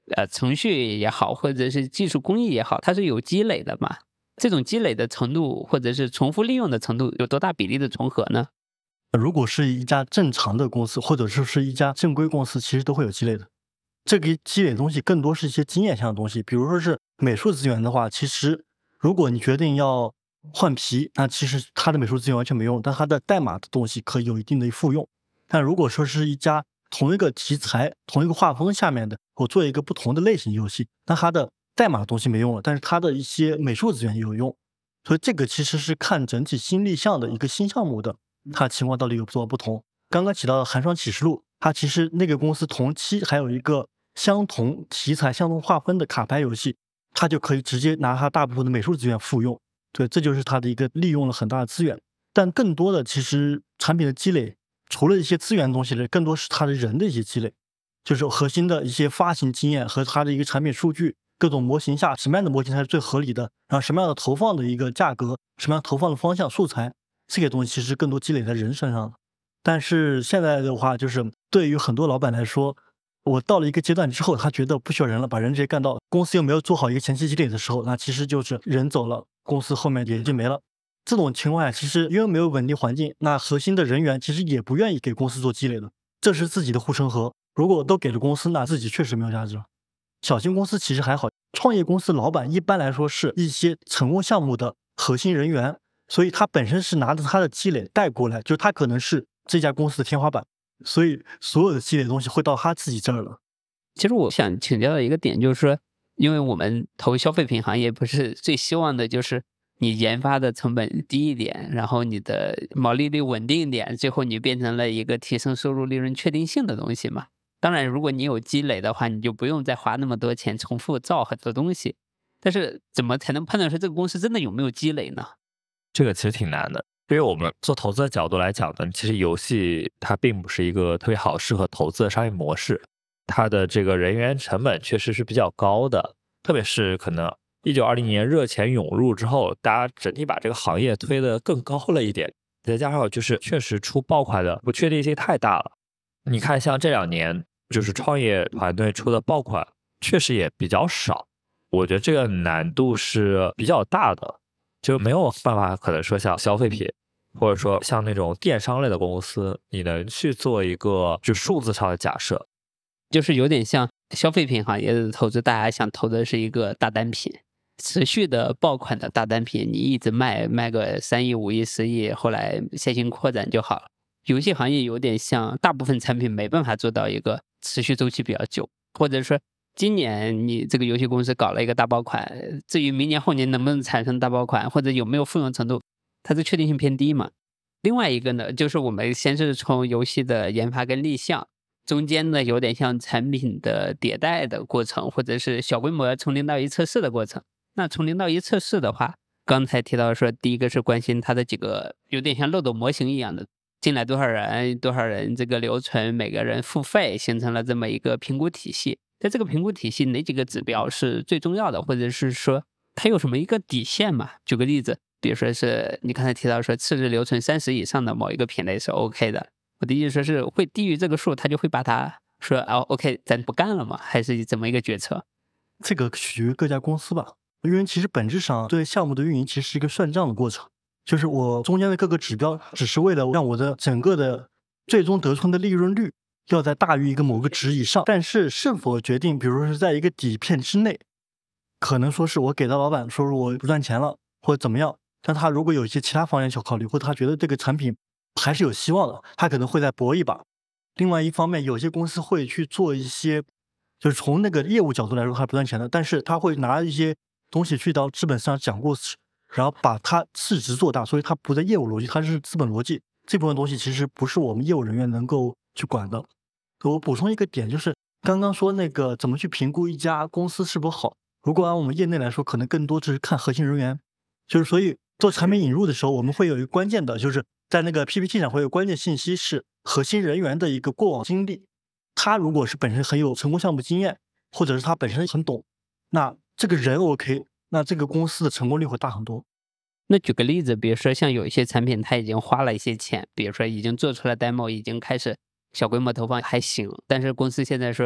程序也好，或者是技术工艺也好，它是有积累的嘛？这种积累的程度，或者是重复利用的程度，有多大比例的重合呢？
如果是一家正常的公司，或者说是一家正规公司，其实都会有积累的。这个积累的东西更多是一些经验上的东西，比如说是美术资源的话，其实如果你决定要换皮，那其实它的美术资源完全没用，但它的代码的东西可以有一定的复用。但如果说是一家同一个题材、同一个画风下面的，我做一个不同的类型游戏，那它的代码的东西没用了，但是它的一些美术资源有用。所以这个其实是看整体新立项的一个新项目的，它情况到底有多不同。刚刚提到的寒霜启示录，它其实那个公司同期还有一个相同题材、相同划分的卡牌游戏，它就可以直接拿它大部分的美术资源复用。对，这就是它的一个利用了很大的资源。但更多的其实产品的积累，除了一些资源的东西呢，更多是它的人的一些积累，就是核心的一些发行经验和它的一个产品数据，各种模型下什么样的模型才是最合理的，然后什么样的投放的一个价格，什么样投放的方向、素材，这些东西其实更多积累在人身上。但是现在的话，就是对于很多老板来说，我到了一个阶段之后，他觉得不需要人了，把人直接干到公司又没有做好一个前期积累的时候，那其实就是人走了，公司后面也就没了。这种情况下，其实因为没有稳定环境，那核心的人员其实也不愿意给公司做积累的，这是自己的护城河。如果都给了公司，那自己确实没有价值了。小型公司其实还好，创业公司老板一般来说是一些成功项目的核心人员，所以他本身是拿着他的积累带过来，就他可能是这家公司的天花板，所以所有的积累的东西会到他自己这儿了。
其实我想请教的一个点就是说，因为我们投消费品行业，不是最希望的就是你研发的成本低一点，然后你的毛利率稳定一点，最后你变成了一个提升收入利润确定性的东西嘛。当然，如果你有积累的话，你就不用再花那么多钱重复造很多东西。但是怎么才能判断说这个公司真的有没有积累呢？
这个其实挺难的。对于我们做投资的角度来讲呢，其实游戏它并不是一个特别好适合投资的商业模式，它的这个人员成本确实是比较高的，特别是可能1920年热钱涌入之后，大家整体把这个行业推得更高了一点，再加上就是确实出爆款的不确定性太大了。你看像这2年就是创业团队出的爆款确实也比较少，我觉得这个难度是比较大的，就没有办法可能说像消费品或者说像那种电商类的公司，你能去做一个就数字上的假设。
就是有点像消费品行业的投资，大家想投的是一个大单品，持续的爆款的大单品，你一直卖个3亿、5亿、10亿，后来线性扩展就好了。游戏行业有点像大部分产品没办法做到一个持续周期比较久，或者说今年你这个游戏公司搞了一个大爆款，至于明年后年能不能产生大爆款，或者有没有复用程度，它的确定性偏低嘛。另外一个呢，就是我们先是从游戏的研发跟立项，中间呢有点像产品的迭代的过程，或者是小规模从0到1测试的过程。那从0到1测试的话，刚才提到说第一个是关心它的几个有点像漏斗模型一样的，进来多少人这个留存，每个人付费，形成了这么一个评估体系。在这个评估体系哪几个指标是最重要的，或者是说它有什么一个底线嘛？举个例子，比如说是你刚才提到说次日留存30以上的某一个品类是 OK 的，我的意思说是会低于这个数，他就会把它说OK 咱不干了吗？还是怎么一个决策？
这个取决于各家公司吧，因为其实本质上对项目的运营其实是一个算账的过程，就是我中间的各个指标只是为了让我的整个的最终得出的利润率要在大于一个某个值以上，但是是否决定比如说是在一个底片之内，可能说是我给到老板说我不赚钱了或者怎么样，但他如果有一些其他方面去考虑，或者他觉得这个产品还是有希望的，他可能会再搏一把。另外一方面，有些公司会去做一些，就是从那个业务角度来说还不赚钱的，但是他会拿一些东西去到资本市场讲故事，然后把它市值做大，所以它不在业务逻辑，它是资本逻辑。这部分东西其实不是我们业务人员能够去管的。我补充一个点，就是刚刚说那个怎么去评估一家公司是否好，如果按我们业内来说，可能更多只是看核心人员，就是所以做产品引入的时候，我们会有一个关键的，就是在那个 PPT 上会有关键信息是核心人员的一个过往经历，他如果是本身很有成功项目经验，或者是他本身很懂，那这个人 OK， 那这个公司的成功率会大很多。
那举个例子，比如说像有一些产品它已经花了一些钱，比如说已经做出了 demo， 已经开始小规模投放还行，但是公司现在说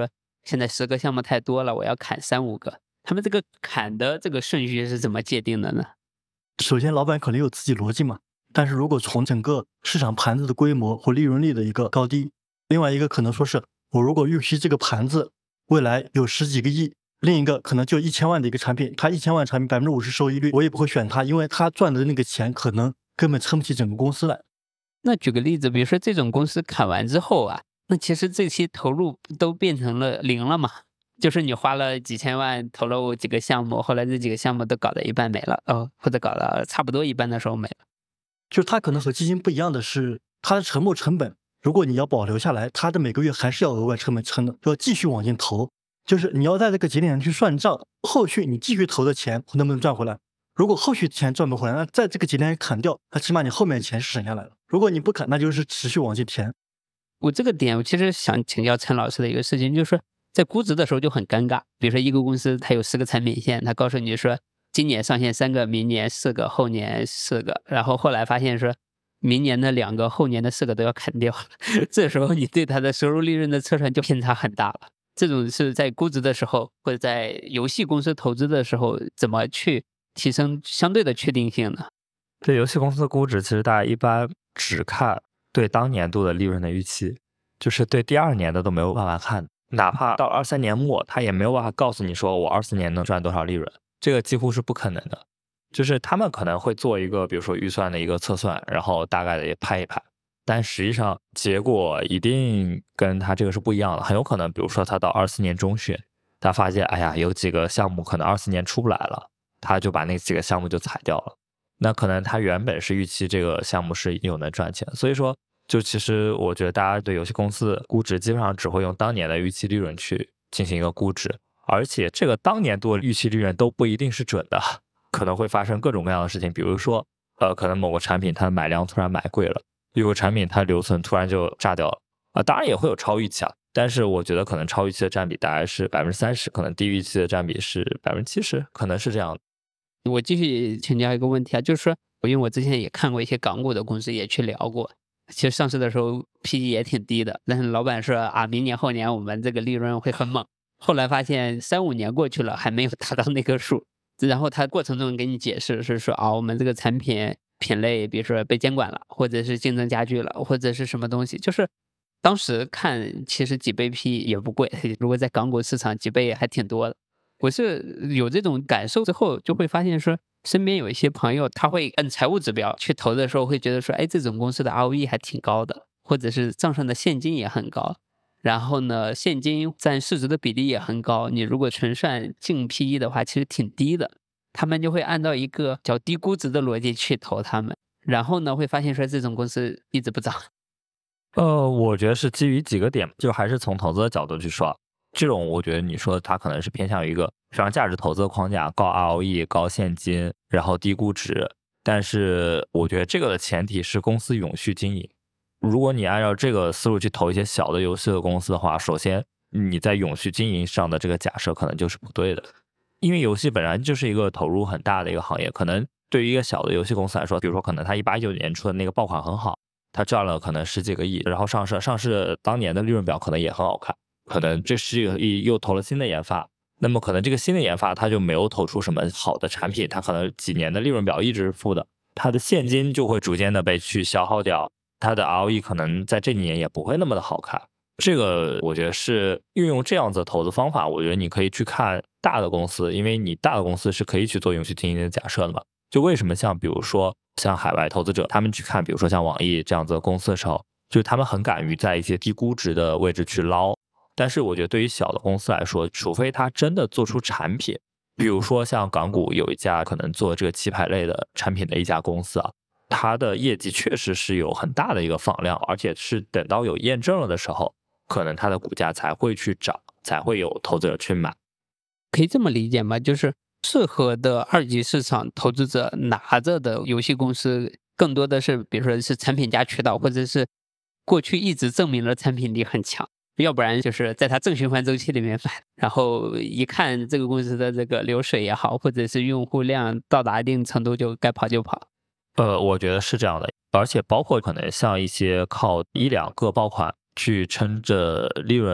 现在10个项目太多了，我要砍3、5个。他们这个砍的这个顺序是怎么界定的呢？
首先，老板可能有自己逻辑嘛，但是如果从整个市场盘子的规模或利润率的一个高低，另外一个可能说是我如果预期这个盘子未来有10几个亿，另一个可能就1000万的一个产品，它1000万产品50%收益率，我也不会选它，因为它赚的那个钱可能根本撑不起整个公司来。
那举个例子，比如说这种公司砍完之后啊，那其实这些投入都变成了0了嘛？就是你花了几千万投了几个项目，后来这几个项目都搞到一半没了，或者搞到差不多一半的时候没了。
就是它可能和基金不一样的是，它的沉没成本，如果你要保留下来，它的每个月还是要额外成本撑的，要继续往进投。就是你要在这个节点上去算账，后续你继续投的钱能不能赚回来？如果后续钱赚不回来，那在这个节点砍掉，那起码你后面的钱是省下来了。如果你不砍，那就是持续往进填。
我这个点，我其实想请教陈老师的一个事情，就是说在估值的时候就很尴尬。比如说一个公司它有10个产品线，它告诉你说今年上线3个，明年4个，后年4个，然后后来发现说明年的2个，后年的4个都要砍掉了，这时候你对它的收入利润的测算就偏差很大了。这种是在估值的时候，或者在游戏公司投资的时候，怎么去提升相对的确定性呢？
对游戏公司的估值，其实大家一般只看对当年度的利润的预期，就是对第2年的都没有办法看，哪怕到23年末，他也没有办法告诉你说我24年能赚多少利润，这个几乎是不可能的。就是他们可能会做一个比如说预算的一个测算，然后大概的也拍一拍，但实际上结果一定跟他这个是不一样的。很有可能比如说他到24年中旬，他发现哎呀有几个项目可能24年出不来了，他就把那几个项目就裁掉了。那可能他原本是预期这个项目是有能赚钱，所以说就其实我觉得大家对游戏公司估值基本上只会用当年的预期利润去进行一个估值，而且这个当年度的预期利润都不一定是准的，可能会发生各种各样的事情。比如说可能某个产品它的买量突然买贵了，有个产品它留存突然就炸掉了当然也会有超预期但是我觉得可能超预期的占比大概是30%，可能低预期的占比是70%，可能是这样的。
我继续请教一个问题就是说，因为我之前也看过一些港股的公司，也去聊过，其实上市的时候 PE 也挺低的，但是老板说明年后年我们这个利润会很猛，后来发现3、5年过去了还没有达到那个数，然后他过程中给你解释是说我们这个产品品类比如说被监管了，或者是竞争加剧了，或者是什么东西，就是当时看其实几倍 PE 也不贵，如果在港股市场几倍还挺多的。我是有这种感受之后，就会发现说身边有一些朋友他会按财务指标去投的时候，会觉得说这种公司的 ROE 还挺高的，或者是账上的现金也很高，然后呢现金占市值的比例也很高，你如果纯算净 PE 的话其实挺低的，他们就会按照一个较低估值的逻辑去投他们，然后呢会发现说这种公司一直不涨。
我觉得是基于几个点，就还是从投资的角度去说，这种我觉得你说它可能是偏向于一个市场价值投资的框架，高 ROE 高现金，然后低估值，但是我觉得这个的前提是公司永续经营。如果你按照这个思路去投一些小的游戏的公司的话，首先你在永续经营上的这个假设可能就是不对的，因为游戏本来就是一个投入很大的一个行业，可能对于一个小的游戏公司来说，比如说可能他18、19年出的那个爆款很好，他赚了可能10几个亿，然后上市当年的利润表可能也很好看，可能这10几个亿又投了新的研发，那么可能这个新的研发它就没有投出什么好的产品，它可能几年的利润表一直是负的，它的现金就会逐渐的被去消耗掉，它的 ROE 可能在这几年也不会那么的好看。这个我觉得是运用这样子的投资方法，我觉得你可以去看大的公司，因为你大的公司是可以去做永续经营的假设的嘛。就为什么像比如说像海外投资者他们去看比如说像网易这样子的公司的时候，就是他们很敢于在一些低估值的位置去捞，但是我觉得对于小的公司来说，除非他真的做出产品，比如说像港股有一家可能做这个棋牌类的产品的一家公司它的业绩确实是有很大的一个放量，而且是等到有验证了的时候，可能它的股价才会去涨，才会有投资者去买。
可以这么理解吗？就是适合的二级市场投资者拿着的游戏公司更多的是比如说是产品加渠道，或者是过去一直证明了产品力很强，要不然就是在它正循环周期里面买，然后一看这个公司的这个流水也好，或者是用户量到达一定程度就该跑就跑。
我觉得是这样的，而且包括可能像一些靠1、2个爆款去撑着利润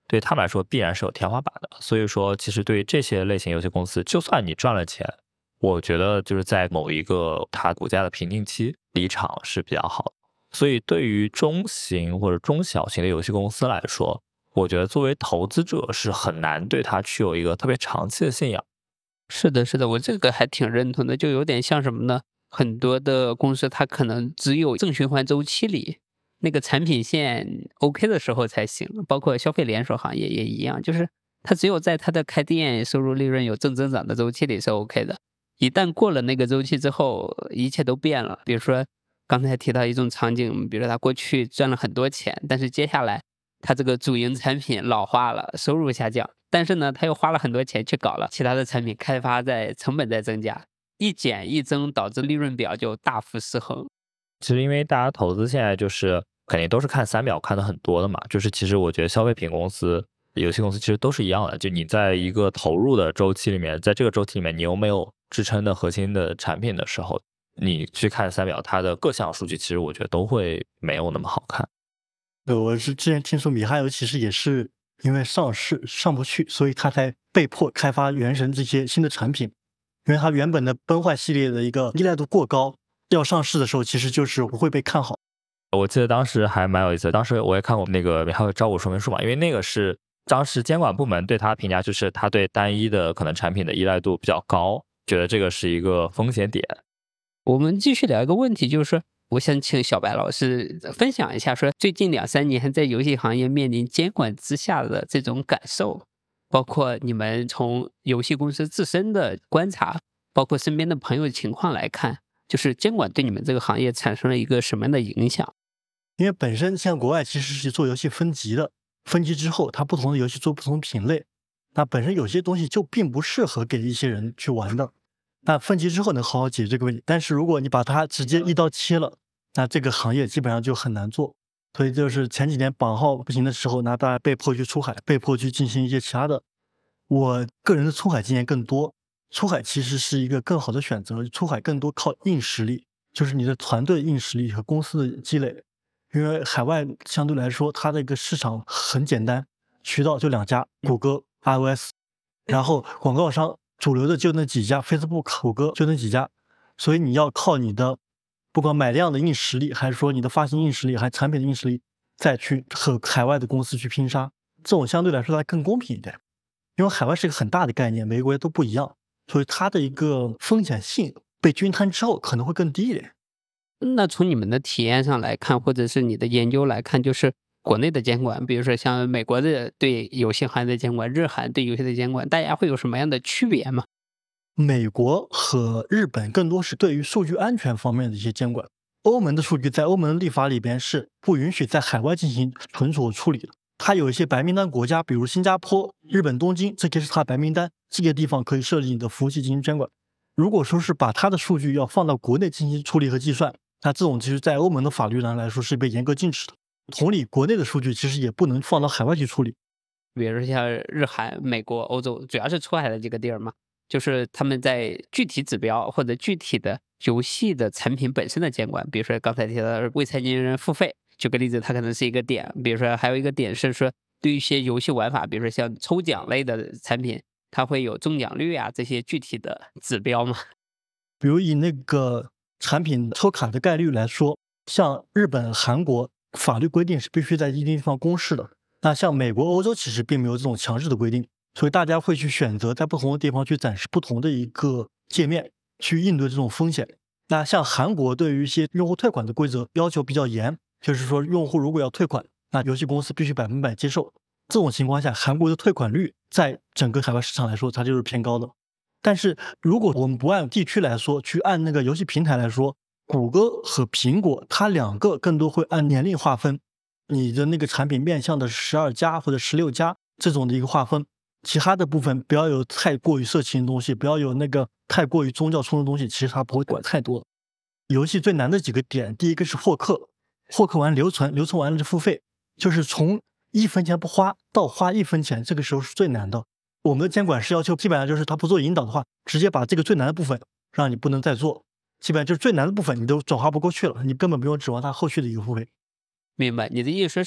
对他们来说必然是有天花板的。所以说，其实对于这些类型游戏公司，就算你赚了钱，我觉得就是在某一个它股价的瓶颈期离场是比较好的。所以对于中型或者中小型的游戏公司来说，我觉得作为投资者是很难对它具有一个特别长期的信仰。
是的，是的，我这个还挺认同的，就有点像什么呢？很多的公司它可能只有正循环周期里那个产品线 OK 的时候才行，包括消费连锁行业也一样，就是它只有在它的开店收入利润有正增长的周期里是 OK 的，一旦过了那个周期之后，一切都变了。比如说刚才提到一种场景，比如说他过去赚了很多钱，但是接下来他这个主营产品老化了，收入下降，但是呢，他又花了很多钱去搞了其他的产品，开发成本在增加，一减一增，导致利润表就大幅失衡。
其实因为大家投资现在就是肯定都是看3秒看的很多的嘛，就是其实我觉得消费品公司、游戏公司其实都是一样的，就你在一个投入的周期里面，在这个周期里面你又没有支撑的核心的产品的时候，你去看3秒，它的各项数据其实我觉得都会没有那么好看。
对，我是之前听说米哈游其实也是因为上市上不去，所以他才被迫开发原神这些新的产品。因为它原本的崩坏系列的一个依赖度过高，要上市的时候其实就是不会被看好。
我记得当时还蛮有意思的，当时我也看过那个米哈游招股说明书嘛，因为那个是当时监管部门对他评价，就是他对单一的可能产品的依赖度比较高，觉得这个是一个风险点。
我们继续聊一个问题，就是说我想请小白老师分享一下，说最近2、3年在游戏行业面临监管之下的这种感受，包括你们从游戏公司自身的观察，包括身边的朋友的情况来看，就是监管对你们这个行业产生了一个什么样的影响？
因为本身像国外其实是做游戏分级的，分级之后它不同的游戏做不同品类，那本身有些东西就并不适合给一些人去玩的。那分级之后能好好解决这个问题，但是如果你把它直接一刀切了，那这个行业基本上就很难做。所以就是前几年榜号不行的时候，那大家被迫去出海，被迫去进行一些其他的。我个人的出海经验更多，出海其实是一个更好的选择，出海更多靠硬实力，就是你的团队硬实力和公司的积累。因为海外相对来说，它的一个市场很简单，渠道就2家，谷歌、iOS，然后广告商主流的就那几家 ，Facebook、谷歌就那几家，所以你要靠你的不管买量的硬实力，还是说你的发行硬实力，还是产品的硬实力，再去和海外的公司去拼杀，这种相对来说它更公平一点。因为海外是一个很大的概念，每个国家都不一样，所以它的一个风险性被均摊之后可能会更低一点。
那从你们的体验上来看，或者是你的研究来看，就是国内的监管，比如说像美国的对游戏行业的监管，日韩对游戏的监管，大家会有什么样的区别吗？
美国和日本更多是对于数据安全方面的一些监管，欧盟的数据在欧盟的立法里边是不允许在海外进行存储处理的。它有一些白名单国家，比如新加坡、日本东京，这些是它的白名单，这些地方可以设立你的服务器进行监管。如果说是把它的数据要放到国内进行处理和计算，那这种其实在欧盟的法律上来说是被严格禁止的。同理，国内的数据其实也不能放到海外去处理。
比如说像日韩、美国、欧洲，主要是出海的几个地儿嘛，就是他们在具体指标或者具体的游戏的产品本身的监管，比如说刚才提到的未成年人付费，举个例子，它可能是一个点。比如说还有一个点是说，对于一些游戏玩法，比如说像抽奖类的产品，它会有中奖率啊这些具体的指标嘛。
比如以那个产品抽卡的概率来说，像日本、韩国法律规定是必须在一定地方公示的。那像美国、欧洲其实并没有这种强制的规定，所以大家会去选择在不同的地方去展示不同的一个界面，去应对这种风险。那像韩国对于一些用户退款的规则要求比较严，就是说用户如果要退款，那游戏公司必须100%接受。这种情况下，韩国的退款率在整个海外市场来说，它就是偏高的。但是如果我们不按地区来说，去按那个游戏平台来说，谷歌和苹果它2个更多会按年龄划分，你的那个产品面向的12加或者16加这种的一个划分，其他的部分不要有太过于色情的东西，不要有那个太过于宗教冲的东西，其实它不会管太多。游戏最难的几个点，第一个是获客，获客完留存，留存完了就付费，就是从1分钱不花到花1分钱，这个时候是最难的。我们的监管是要求基本上就是他不做引导的话，直接把这个最难的部分让你不能再做，基本上就是最难的部分你都转化不过去了，你根本不用指望它后续的一个付费。
明白，你的意思是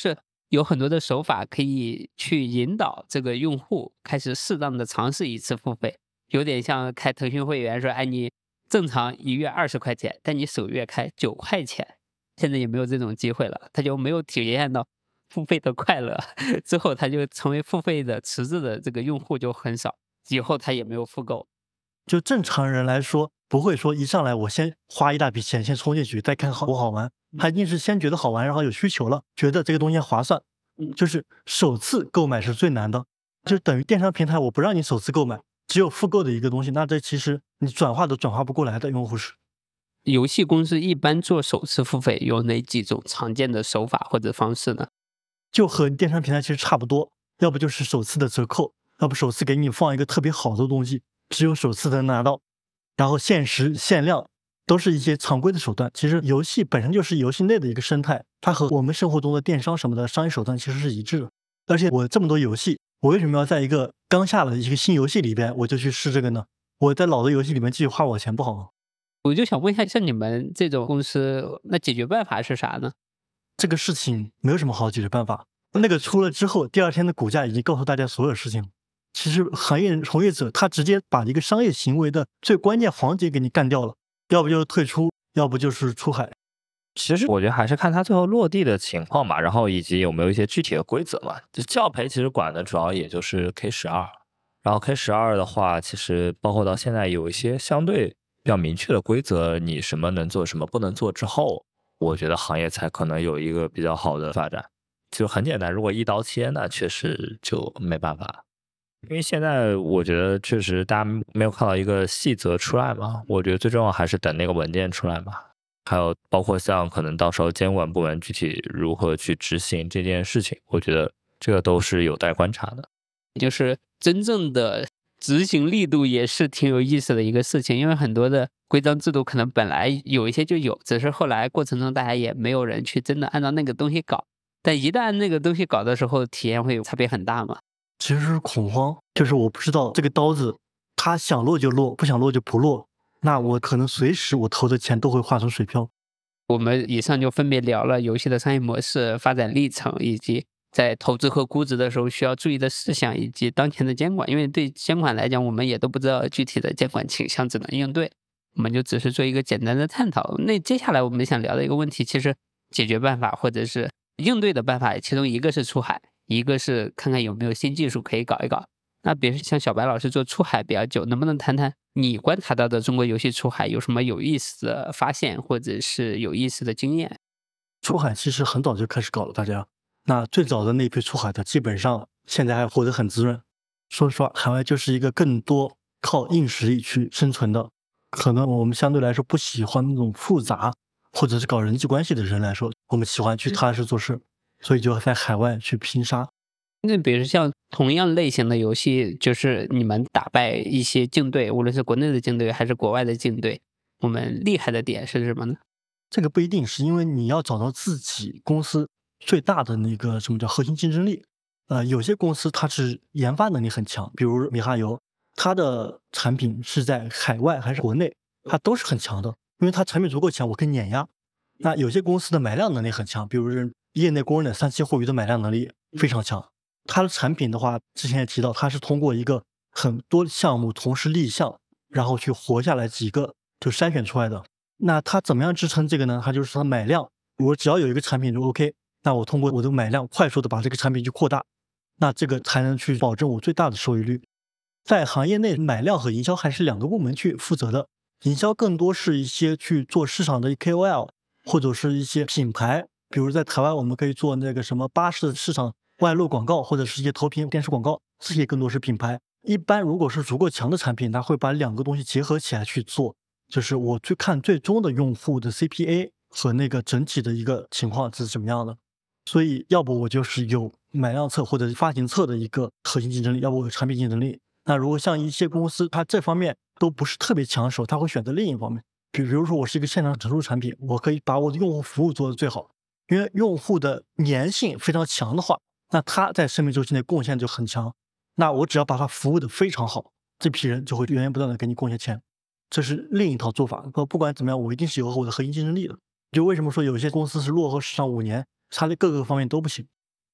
有很多的手法可以去引导这个用户开始适当的尝试一次付费，有点像开腾讯会员说，哎，你正常1月20块钱，但你首月开9块钱，现在也没有这种机会了，他就没有体验到付费的快乐，之后他就成为付费的迟滞的这个用户就很少，以后他也没有复购。
就正常人来说，不会说一上来我先花一大笔钱先充进去，再看好不好玩，他一定是先觉得好玩，然后有需求了，觉得这个东西划算，就是首次购买是最难的，就等于电商平台我不让你首次购买，只有复购的一个东西，那这其实你转化都转化不过来的用户是。
游戏公司一般做首次付费有哪几种常见的手法或者方式呢？
就和电商平台其实差不多，要不就是首次的折扣，要不首次给你放一个特别好的东西，只有首次能拿到，然后限时限量，都是一些常规的手段。其实游戏本身就是游戏内的一个生态，它和我们生活中的电商什么的商业手段其实是一致的。而且我这么多游戏，我为什么要在一个刚下的一个新游戏里边我就去试这个呢？我在老的游戏里面继续花我钱不好吗？
我就想问一下，像你们这种公司，那解决办法是啥呢？
这个事情没有什么好解决办法，那个出了之后，第二天的股价已经告诉大家所有事情了。其实行业从业者他直接把一个商业行为的最关键环节给你干掉了，要不就是退出，要不就是出海。
其实我觉得还是看它最后落地的情况吧，然后以及有没有一些具体的规则嘛。就教培其实管的主要也就是 K12，然后 K12的话，其实包括到现在有一些相对比较明确的规则，你什么能做，什么不能做之后，我觉得行业才可能有一个比较好的发展。就很简单，如果一刀切，那确实就没办法。因为现在我觉得确实大家没有看到一个细则出来嘛，我觉得最重要还是等那个文件出来嘛。还有包括像可能到时候监管部门具体如何去执行这件事情，我觉得这个都是有待观察的。
就是真正的执行力度也是挺有意思的一个事情，因为很多的规章制度可能本来有一些就有，只是后来过程中大家也没有人去真的按照那个东西搞，但一旦那个东西搞的时候，体验会有差别很大嘛。
其实是恐慌，就是我不知道这个刀子它想落就落，不想落就不落，那我可能随时我投的钱都会化成水漂。
我们以上就分别聊了游戏的商业模式、发展历程，以及在投资和估值的时候需要注意的事项，以及当前的监管。因为对监管来讲，我们也都不知道具体的监管倾向，只能应对。我们就只是做一个简单的探讨。那接下来我们想聊的一个问题，其实解决办法或者是应对的办法，其中一个是出海，一个是看看有没有新技术可以搞一搞。那比如像小白老师做出海比较久，能不能谈谈你观察到的中国游戏出海有什么有意思的发现，或者是有意思的经验？
出海其实很早就开始搞了，大家。那最早的那批出海的，基本上现在还活得很滋润。说实话，海外就是一个更多靠硬实力去生存的，可能我们相对来说不喜欢那种复杂或者是搞人际关系的人来说，我们喜欢去踏实做事，所以就在海外去拼杀。
那比如像同样类型的游戏，就是你们打败一些竞队，无论是国内的竞队还是国外的竞队，我们厉害的点是什么呢？
这个不一定，是因为你要找到自己公司最大的那个什么叫核心竞争力。有些公司它是研发能力很强，比如米哈游，它的产品是在海外还是国内，它都是很强的，因为它产品足够强，我可以碾压。那有些公司的买量能力很强，比如业内公认的三七货鱼的买量能力非常强。它的产品的话，之前也提到，它是通过一个很多项目同时立项，然后去活下来几个就筛选出来的。那它怎么样支撑这个呢？它就是它买量，我只要有一个产品就 OK， 那我通过我的买量快速的把这个产品去扩大，那这个才能去保证我最大的收益率。在行业内，买量和营销还是两个部门去负责的，营销更多是一些去做市场的 KOL 或者是一些品牌，比如在台湾我们可以做那个什么巴士市场外露广告，或者是一些投屏电视广告，这些更多是品牌。一般如果是足够强的产品，它会把两个东西结合起来去做，就是我去看最终的用户的 CPA 和那个整体的一个情况是怎么样的。所以要不我就是有买量侧或者发行侧的一个核心竞争力，要不我有产品竞争力。那如果像一些公司它这方面都不是特别抢手，它会选择另一方面，比如说我是一个现场陈述产品，我可以把我的用户服务做得最好，因为用户的粘性非常强的话，那他在生命周期内贡献就很强，那我只要把他服务的非常好，这批人就会源源不断的给你贡献钱。这是另一套做法，不管怎么样，我一定是有我的核心竞争力的。就为什么说有些公司是落后市场5年，它的各个方面都不行。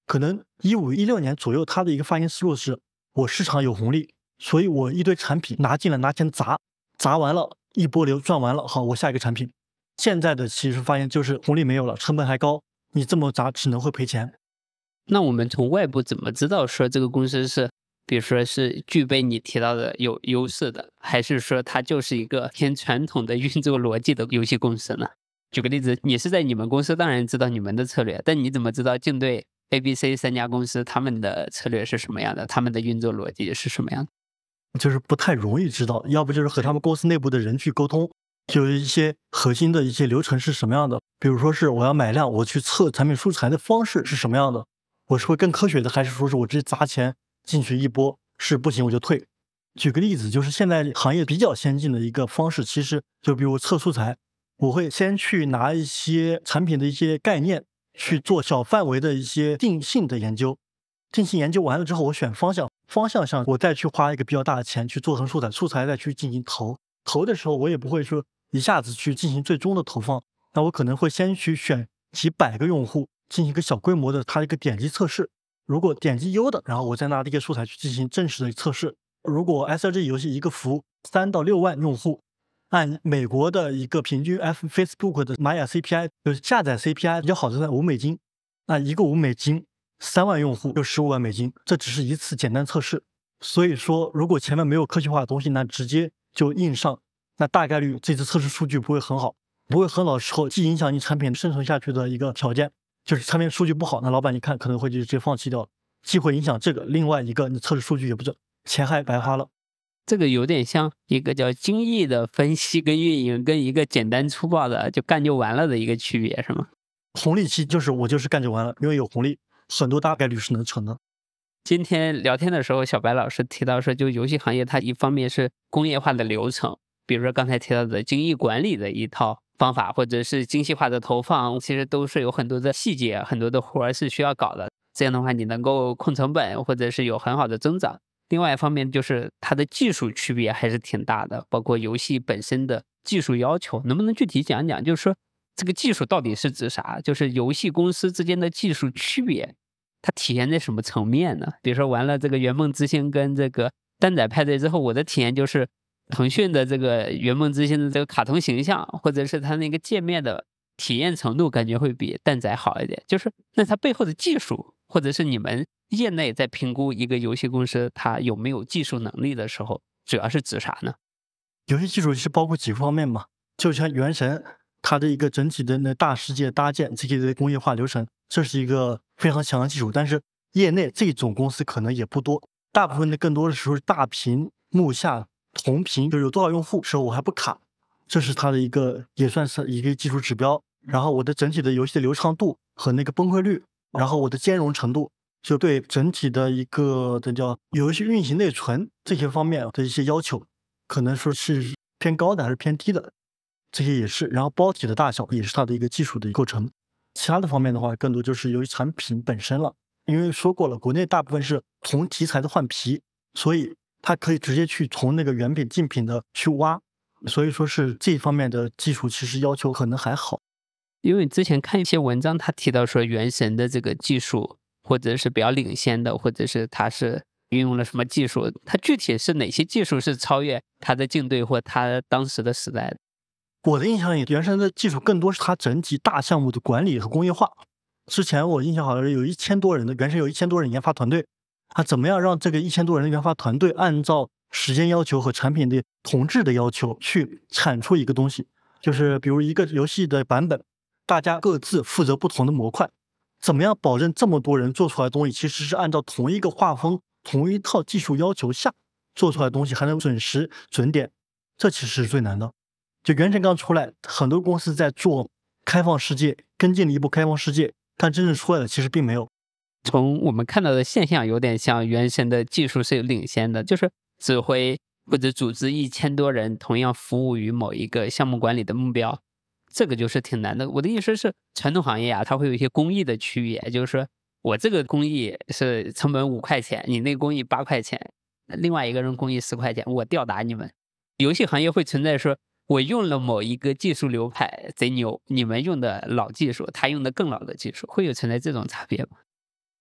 可能15、16年左右，它的一个发行思路是，我市场有红利，所以我一堆产品拿进来，拿钱砸完了，一波流赚完了，好，我下一个产品。现在的其实发现就是红利没有了，成本还高，你这么砸只能会赔钱。
那我们从外部怎么知道说这个公司是，比如说是具备你提到的有优势的，还是说它就是一个偏传统的运作逻辑的游戏公司呢？举个例子，你是在你们公司当然知道你们的策略，但你怎么知道竞对 A、B、C 3家公司他们的策略是什么样的，他们的运作逻辑是什么样的？
就是不太容易知道，要不就是和他们公司内部的人去沟通，就一些核心的一些流程是什么样的，比如说是我要买量，我去测产品素材的方式是什么样的，我是会更科学的，还是说是我直接砸钱进去一波，是不行我就退。举个例子，就是现在行业比较先进的一个方式，其实就比如测素材，我会先去拿一些产品的一些概念去做小范围的一些定性的研究，定性研究完了之后，我选方向，方向上我再去花一个比较大的钱去做成素材，素材再去进行投的时候，我也不会说一下子去进行最终的投放，那我可能会先去选几百个用户进行一个小规模的它一个点击测试，如果点击优的，然后我再拿这个素材去进行正式的测试。如果 SLG 游戏一个服3到6万用户，按美国的一个平均 Facebook 的玛雅 CPI 就是下载 CPI 比较好的在$5，那一个$5 3万用户就$15万，这只是一次简单测试。所以说如果前面没有科学化的东西，那直接就硬上，那大概率这次测试数据不会很好，不会很好的时候，既影响你产品生存下去的一个条件，就是产品数据不好，那老板一看可能会就直接放弃掉，既会影响这个，另外一个你测试数据也不准，钱还白花了。
这个有点像一个叫精益的分析跟运营，跟一个简单粗暴的就干就完了的一个区别，是吗？
红利期就是我就是干就完了，因为有红利，很多大概率是能成的。
今天聊天的时候，小白老师提到说，就游戏行业它一方面是工业化的流程，比如说刚才提到的精益管理的一套方法，或者是精细化的投放，其实都是有很多的细节，很多的活是需要搞的。这样的话，你能够控成本，或者是有很好的增长。另外一方面就是它的技术区别还是挺大的，包括游戏本身的技术要求，能不能具体讲讲？就是说这个技术到底是指啥？就是游戏公司之间的技术区别，它体现在什么层面呢？比如说玩了这个圆梦之星跟这个蛋仔派对之后，我的体验就是腾讯的这个圆梦之星的这个卡通形象，或者是它那个界面的体验程度，感觉会比蛋仔好一点。就是那它背后的技术，或者是你们业内在评估一个游戏公司它有没有技术能力的时候，主要是指啥呢？
游戏技术是包括几个方面嘛，就像原神它的一个整体的那大世界搭建这些的工业化流程，这是一个非常强的技术，但是业内这种公司可能也不多，大部分的更多的时候是大屏幕下同屏，就是有多少用户时候我还不卡，这是它的一个也算是一个技术指标。然后我的整体的游戏的流畅度和那个崩溃率，然后我的兼容程度，就对整体的一个这叫游戏运行内存这些方面的一些要求，可能说是偏高的还是偏低的，这些也是。然后包体的大小也是它的一个技术的构成。其他的方面的话，更多就是由于产品本身了，因为说过了，国内大部分是同题材的换皮，所以它可以直接去从那个原品竞品的去挖，所以说是这方面的技术其实要求可能还好。
因为之前看一些文章，他提到说原神的这个技术或者是比较领先的，或者是它是运用了什么技术，它具体是哪些技术是超越它的竞对或它当时的时代的？
我的印象里，原神的技术更多是它整体大项目的管理和工业化。之前我印象好像有1000多人的原神，有1000多人研发团队，它怎么样让这个1000多人的研发团队按照时间要求和产品的同质的要求去产出一个东西，就是比如一个游戏的版本，大家各自负责不同的模块，怎么样保证这么多人做出来的东西其实是按照同一个画风、同一套技术要求下做出来的东西，还能准时准点，这其实是最难的。就原神刚出来，很多公司在做开放世界，跟进了一波开放世界，但真正出来的其实并没有。
从我们看到的现象有点像原神的技术是领先的，就是指挥或者组织1000多人同样服务于某一个项目管理的目标，这个就是挺难的。我的意思是传统行业啊，它会有一些工艺的区别，就是说我这个工艺是成本5块钱，你那个工艺8块钱，另外一个人工艺10块钱，我吊打你们。游戏行业会存在说我用了某一个技术流派贼牛，你们用的老技术，他用的更老的技术，会有存在这种差别吗？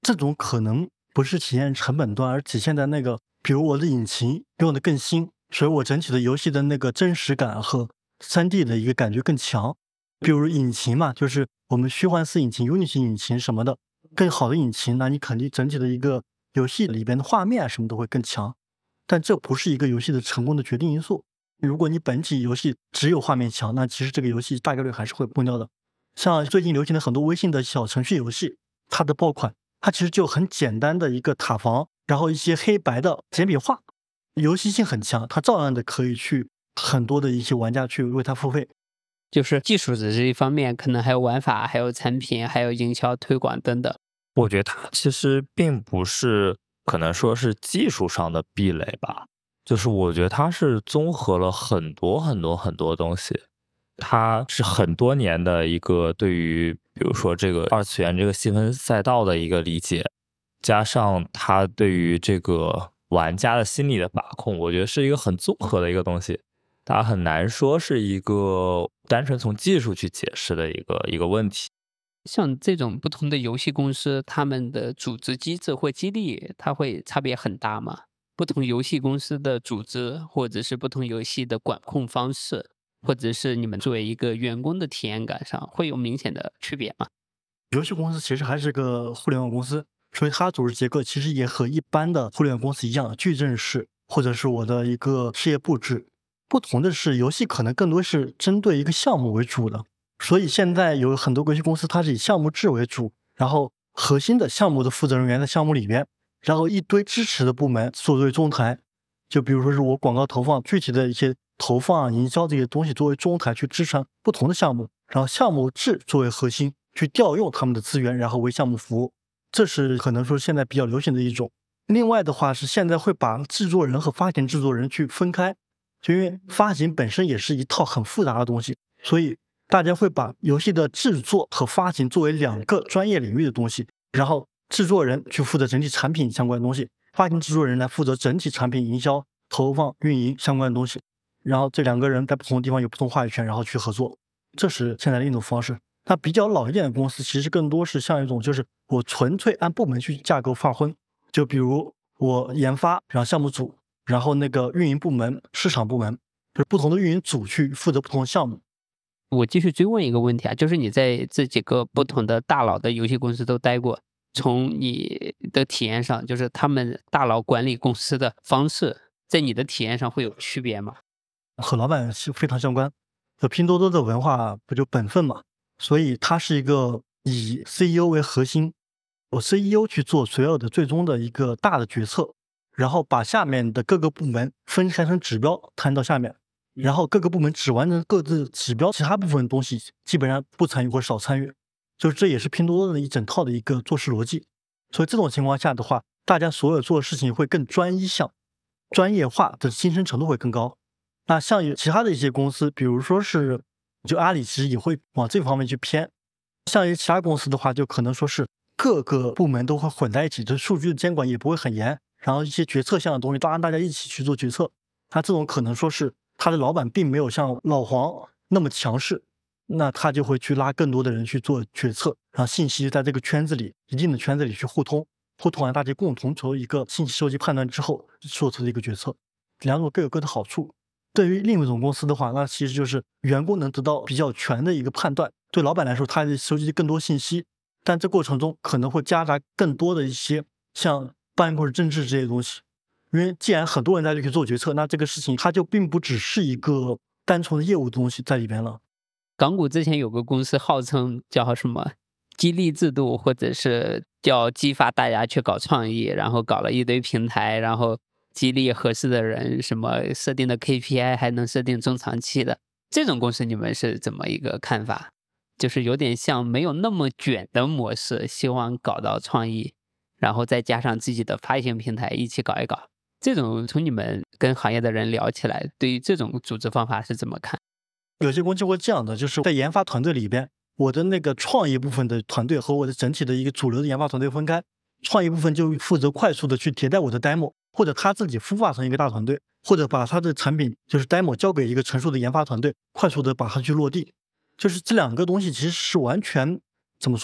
这种可能不是体现成本端，而体现在那个，比如我的引擎用的更新，所以我整体的游戏的那个真实感和 3D 的一个感觉更强。比如引擎嘛，就是我们虚幻四引擎、Unity 引擎什么的，更好的引擎，那你肯定整体的一个游戏里边的画面什么都会更强。但这不是一个游戏的成功的决定因素。如果你本体游戏只有画面强，那其实这个游戏大概率还是会崩掉的。像最近流行的很多微信的小程序游戏，它的爆款，它其实就很简单的一个塔防，然后一些黑白的简笔画，游戏性很强，它照样的可以去很多的一些玩家去为它付费。
就是技术只是一方面，可能还有玩法，还有产品，还有营销推广等等。
我觉得它其实并不是可能说是技术上的壁垒吧，就是我觉得它是综合了很多很多很多东西，它是很多年的一个对于比如说这个二次元这个细分赛道的一个理解，加上它对于这个玩家的心理的把控，我觉得是一个很综合的一个东西，它很难说是一个单纯从技术去解释的一个问题。
像这种不同的游戏公司，他们的组织机制或激励，它会差别很大吗？不同游戏公司的组织，或者是不同游戏的管控方式，或者是你们作为一个员工的体验感上，会有明显的区别吗？
游戏公司其实还是个互联网公司，所以它组织结构其实也和一般的互联网公司一样，矩阵式，或者是我的一个事业布置。不同的是，游戏可能更多是针对一个项目为主的，所以现在有很多游戏公司它是以项目制为主，然后核心的项目的负责人员在项目里边，然后一堆支持的部门作为中台，就比如说是我广告投放具体的一些投放营销这些东西作为中台去支撑不同的项目，然后项目制作为核心去调用他们的资源，然后为项目服务，这是可能说现在比较流行的一种。另外的话是现在会把制作人和发行制作人去分开，就因为发行本身也是一套很复杂的东西，所以大家会把游戏的制作和发行作为两个专业领域的东西，然后制作人去负责整体产品相关的东西，发行制作人来负责整体产品营销、投放、运营相关的东西，然后这两个人在不同的地方有不同话语权，然后去合作，这是现在的一种方式。那比较老一点的公司，其实更多是像一种就是我纯粹按部门去架构划分，就比如我研发，然后项目组，然后那个运营部门、市场部门，就是不同的运营组去负责不同的项目。
我继续追问一个问题啊，就是你在这几个不同的大佬的游戏公司都待过，从你的体验上，就是他们大佬管理公司的方式，在你的体验上会有区别吗？
和老板是非常相关。拼多多的文化不就本分嘛，所以它是一个以 CEO 为核心，我 CEO 去做所有的最终的一个大的决策，然后把下面的各个部门分拆成指标摊到下面，然后各个部门只完成各自指标，其他部分东西基本上不参与或少参与，就是这也是拼多多的一整套的一个做事逻辑。所以这种情况下的话，大家所有做的事情会更专一项，专业化的晋升程度会更高。那像有其他的一些公司，比如说是就阿里，其实也会往这方面去偏。像一些其他公司的话，就可能说是各个部门都会混在一起，这数据的监管也不会很严，然后一些决策项的东西，大家一起去做决策。他这种可能说是他的老板并没有像老黄那么强势，那他就会去拉更多的人去做决策，然后信息在这个圈子里一定的圈子里去互通，互通完大家共同做一个信息收集判断之后做出的一个决策，两种各有各的好处。对于另一种公司的话，那其实就是员工能得到比较全的一个判断，对老板来说他收集更多信息，但这过程中可能会夹杂更多的一些像办公室政治这些东西，因为既然很多人在这里做决策，那这个事情它就并不只是一个单纯的业务的东西在里边了。
港股之前有个公司号称叫什么激励制度，或者是叫激发大家去搞创意，然后搞了一堆平台，然后激励合适的人，什么设定的 KPI 还能设定中长期的，这种公司你们是怎么一个看法？就是有点像没有那么卷的模式，希望搞到创意，然后再加上自己的发行平台一起搞一搞。这种从你们跟行业的人聊起来，对于这种组织方法是怎么看？
有些公司会这样的，就是在研发团队里边，我的那个创意部分的团队和我的整体的一个主流的研发团队分开，创意部分就负责快速的去迭代我的 demo， 或者他自己孵化成一个大团队，或者把他的产品就是 demo 交给一个成熟的研发团队，快速的把它去落地。就是这两个东西其实是完全怎么说呢，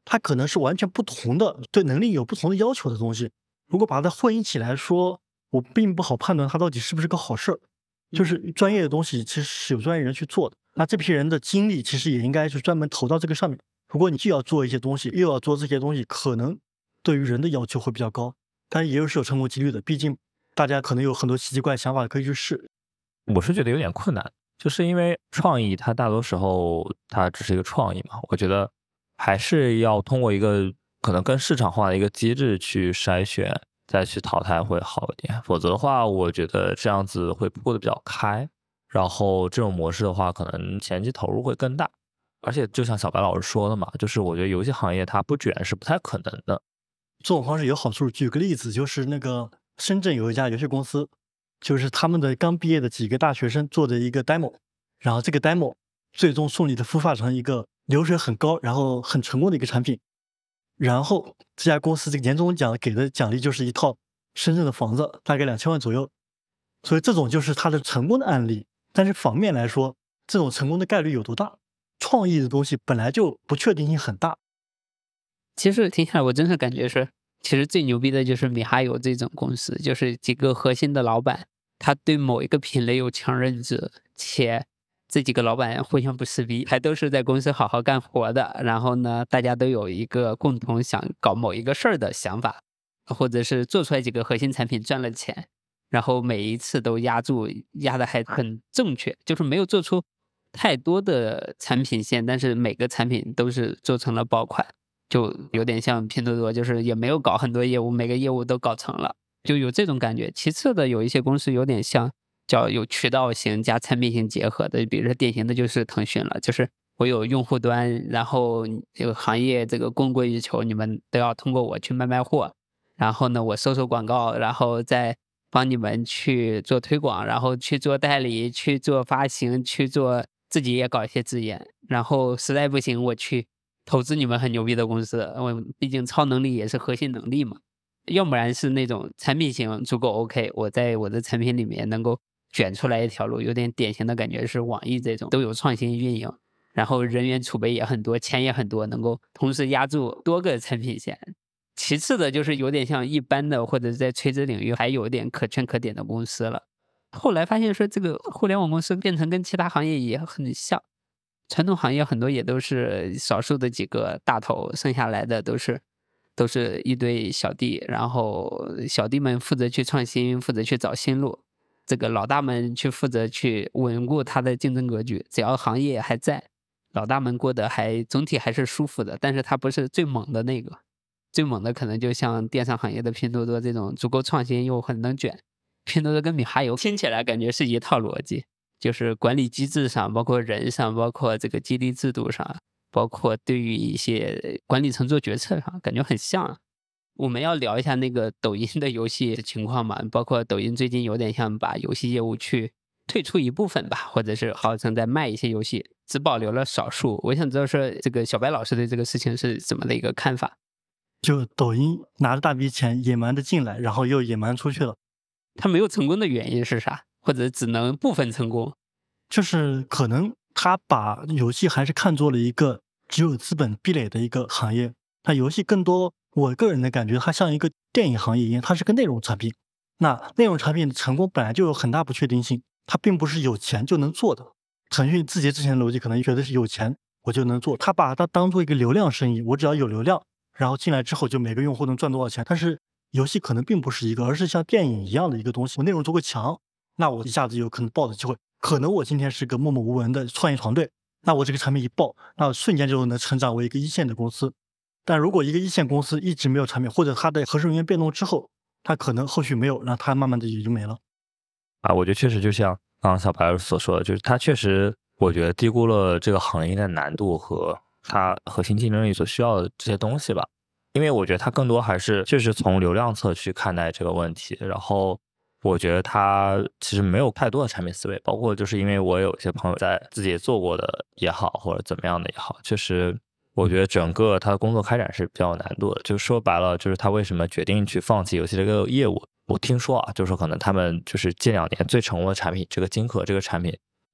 它可能是完全不同的，对能力有不同的要求的东西。如果把它混一起来说，我并不好判断它到底是不是个好事儿。就是专业的东西其实是有专业人去做的，那这批人的精力其实也应该是专门投到这个上面。如果你既要做一些东西，又要做这些东西，可能对于人的要求会比较高，但也是有成功几率的。毕竟大家可能有很多奇奇怪想法可以去试。
我是觉得有点困难，就是因为创意它大多时候它只是一个创意嘛，我觉得还是要通过一个可能更市场化的一个机制去筛选，再去淘汰会好一点。否则的话，我觉得这样子会铺的比较开，然后这种模式的话，可能前期投入会更大。而且就像小白老师说的嘛，就是我觉得游戏行业它不卷是不太可能的。
这种方式有好处，举个例子，就是那个深圳有一家游戏公司，就是他们的刚毕业的几个大学生做的一个 demo， 然后这个 demo 最终顺利的孵化成一个流水很高，然后很成功的一个产品。然后这家公司这个年终奖给的奖励就是一套深圳的房子，大概2000万左右。所以这种就是它的成功的案例。但是反面来说，这种成功的概率有多大？创意的东西本来就不确定性很大。
其实听下来，我真是感觉是，其实最牛逼的就是米哈游这种公司，就是几个核心的老板，他对某一个品类有强认知，且这几个老板互相不撕逼，还都是在公司好好干活的。然后呢，大家都有一个共同想搞某一个事儿的想法，或者是做出来几个核心产品赚了钱，然后每一次都压的还很正确，就是没有做出太多的产品线，但是每个产品都是做成了爆款。就有点像拼多多，就是也没有搞很多业务，每个业务都搞成了，就有这种感觉。其次的，有一些公司有点像叫有渠道型加产品型结合的，比如说典型的就是腾讯了，就是我有用户端，然后这个行业这个供过于求，你们都要通过我去卖货，然后呢我收广告，然后再帮你们去做推广，然后去做代理，去做发行，去做自己也搞一些自研，然后实在不行我去投资你们很牛逼的公司，毕竟超能力也是核心能力嘛。要不然是那种产品型足够 OK， 我在我的产品里面能够卷出来一条路，有点典型的感觉是网易这种，都有创新运营，然后人员储备也很多，钱也很多，能够同时压住多个产品线。其次的就是有点像一般的或者在垂直领域还有点可圈可点的公司了。后来发现说这个互联网公司变成跟其他行业也很像，传统行业很多也都是少数的几个大头，剩下来的都是一堆小弟，然后小弟们负责去创新，负责去找新路，这个老大们去负责去稳固他的竞争格局。只要行业还在，老大们过得还总体还是舒服的，但是他不是最猛的那个，最猛的可能就像电商行业的拼多多这种足够创新又很能卷。拼多多跟米哈游听起来感觉是一套逻辑，就是管理机制上，包括人上，包括这个激励制度上，包括对于一些管理层做决策上，感觉很像。我们要聊一下那个抖音的游戏的情况嘛，包括抖音最近有点像把游戏业务去退出一部分吧，或者是号称在卖一些游戏，只保留了少数。我想知道说这个小白老师对这个事情是怎么的一个看法？
就抖音拿着大笔钱野蛮的进来，然后又野蛮出去了。
他没有成功的原因是啥？或者只能部分成功？
就是可能他把游戏还是看作了一个只有资本壁垒的一个行业。它游戏更多，我个人的感觉，它像一个电影行业一样，它是个内容产品。那内容产品的成功本来就有很大不确定性，它并不是有钱就能做的。腾讯字节之前的逻辑可能觉得是有钱我就能做，他把它当做一个流量生意，我只要有流量，然后进来之后就每个用户能赚多少钱。但是游戏可能并不是一个，而是像电影一样的一个东西。我内容足够强，那我一下子有可能爆的机会。可能我今天是个默默无闻的创业团队，那我这个产品一爆，那瞬间就能成长为一个一线的公司。但如果一个一线公司一直没有产品，或者它的核心人员变动之后，它可能后续没有，那它慢慢的也就没了。
我觉得确实就像刚刚小白所说的，就是它确实我觉得低估了这个行业的难度和它核心竞争力所需要的这些东西吧。因为我觉得它更多还是确实从流量侧去看待这个问题，然后我觉得它其实没有太多的产品思维，包括就是因为我有一些朋友在自己做过的也好，或者怎么样的也好，确实我觉得整个他的工作开展是比较有难度的。就说白了，就是他为什么决定去放弃游戏这个业务，我听说啊，就是说可能他们就是近2年最成功的产品，这个金壳这个产品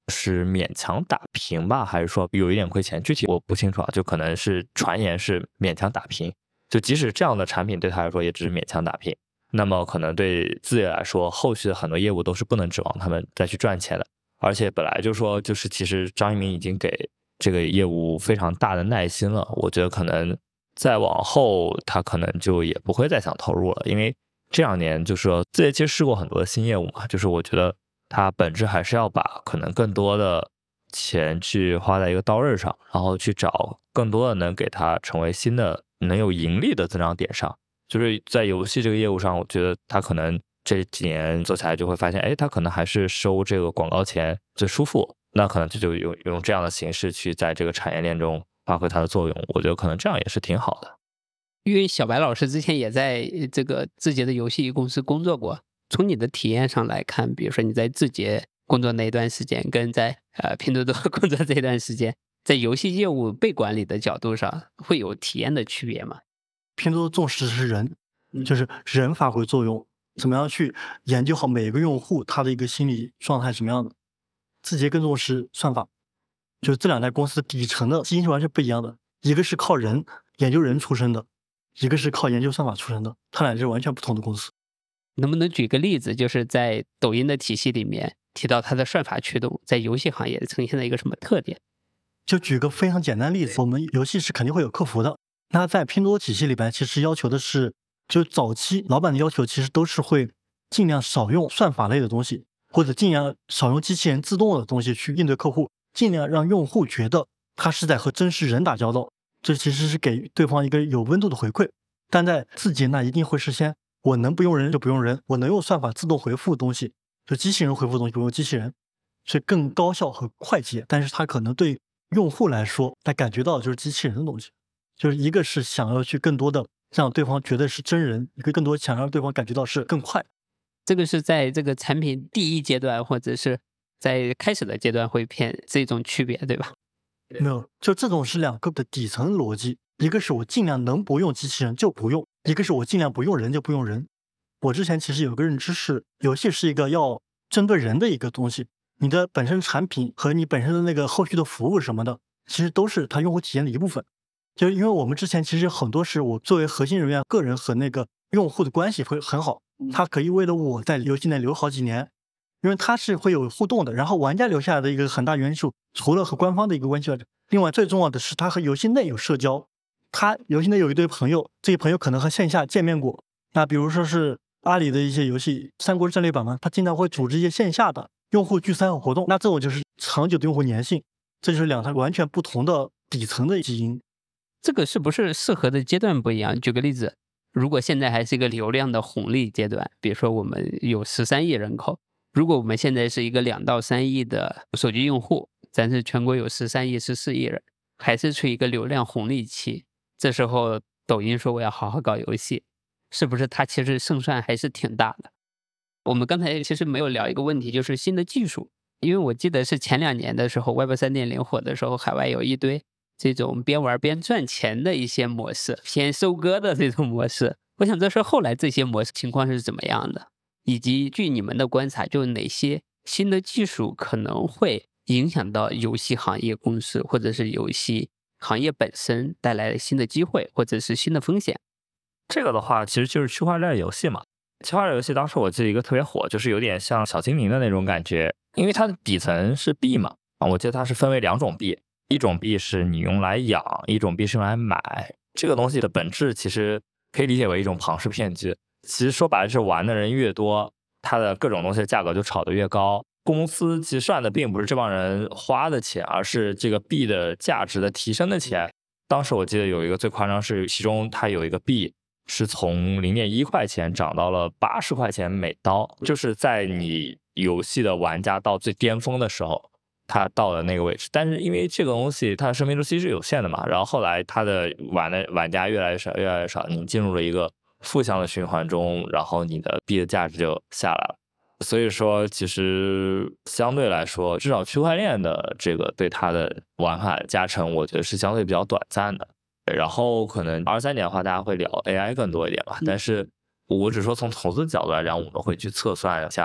是勉强打平吧，还是说有一点亏钱？具体我不清楚啊，就可能是传言是勉强打平。就即使这样的产品对他来说也只是勉强打平，那么可能对字节来说，后续的很多业务都是不能指望他们再去赚钱的。而且本来就说，就是其实张一鸣已经给这个业务非常大的耐心了，我觉得可能再往后他可能就也不会再想投入了，因为这2年就是说字节其实试过很多的新业务嘛，就是我觉得它本质还是要把可能更多的钱去花在一个刀刃上，然后去找更多的能给它成为新的能有盈利的增长点上。就是在游戏这个业务上，我觉得它可能这几年做起来就会发现，哎，它可能还是收这个广告钱最舒服，那可能就用这样的形式去在这个产业链中发挥它的作用，我觉得可能这样也是挺好的。
因为小白老师之前也在这个字节的游戏公司工作过，从你的体验上来看，比如说你在字节工作那一段时间，跟在拼多多工作这段时间，在游戏业务被管理的角度上，会有体验的区别吗？
拼多多重视的是人，就是人发挥作用，怎么样去研究好每个用户他的一个心理状态什么样的。字节更重视算法，就是这2家公司底层的基因是完全不一样的，一个是靠人研究人出身的，一个是靠研究算法出身的，它俩是完全不同的公司。
能不能举个例子，就是在抖音的体系里面提到它的算法驱动，在游戏行业呈现了一个什么特点？
就举个非常简单的例子，我们游戏是肯定会有客服的，那在拼多多体系里边，其实要求的是，就早期老板的要求其实都是会尽量少用算法类的东西，或者尽量少用机器人自动的东西去应对客户，尽量让用户觉得他是在和真实人打交道，这其实是给对方一个有温度的回馈。但在字节那一定会事先，我能不用人就不用人，我能用算法自动回复的东西，就机器人回复的东西不用机器人，所以更高效和快捷。但是它可能对用户来说，他感觉到的就是机器人的东西，就是一个是想要去更多的让对方觉得是真人，一个更多想让对方感觉到是更快。
这个是在这个产品第一阶段，或者是在开始的阶段会偏这种区别，对吧？
没有，就这种是2个的底层逻辑，一个是我尽量能不用机器人就不用，一个是我尽量不用人就不用人。我之前其实有个认知是，游戏是一个要针对人的一个东西，你的本身产品和你本身的那个后续的服务什么的，其实都是它用户体验的一部分。就因为我们之前其实很多是我作为核心人员，个人和那个用户的关系会很好，他可以为了我在游戏内留好几年，因为它是会有互动的。然后玩家留下来的一个很大元素，除了和官方的一个关系外，另外最重要的是他和游戏内有社交，他游戏内有一堆朋友，这些朋友可能和线下见面过。那比如说是阿里的一些游戏三国志战略版嘛，他经常会组织一些线下的用户聚餐和活动，那这种就是长久的用户粘性，这就是2套完全不同的底层的基因。
这个是不是适合的阶段不一样？举个例子，如果现在还是一个流量的红利阶段，比如说我们有13亿人口，如果我们现在是一个2到3亿的手机用户，但是全国有13亿、14亿人，还是处于一个流量红利期，这时候抖音说我要好好搞游戏，是不是它其实胜算还是挺大的？我们刚才其实没有聊一个问题，就是新的技术，因为我记得是前2年的时候 Web 3.0 火的时候，海外有一堆这种边玩边赚钱的一些模式，偏收割的这种模式。我想这是后来这些模式情况是怎么样的，以及据你们的观察，就哪些新的技术可能会影响到游戏行业公司或者是游戏行业本身，带来新的机会或者是新的风险？
这个的话其实就是区块链游戏嘛。区块链游戏当时我记得一个特别火，就是有点像小精灵的那种感觉，因为它的底层是币嘛，我记得它是分为2种币，一种币是你用来养，一种币是用来买。这个东西的本质其实可以理解为一种庞氏骗局，其实说白了是玩的人越多，它的各种东西的价格就炒得越高。公司其实赚的并不是这帮人花的钱，而是这个币的价值的提升的钱。当时我记得有一个最夸张是，其中它有一个币是从0.1块钱涨到了80块钱每刀，就是在你游戏的玩家到最巅峰的时候，它到了那个位置。但是因为这个东西它的生命周期是有限的嘛，然后后来它的玩家越来越少，越来越少，你进入了一个负向的循环中，然后你的币的价值就下来了。所以说其实相对来说，至少区块链的这个对它的玩法加成，我觉得是相对比较短暂的。然后可能23年的话，大家会聊 AI 更多一点吧。但是我只说从投资角度来讲，我们会去测算一下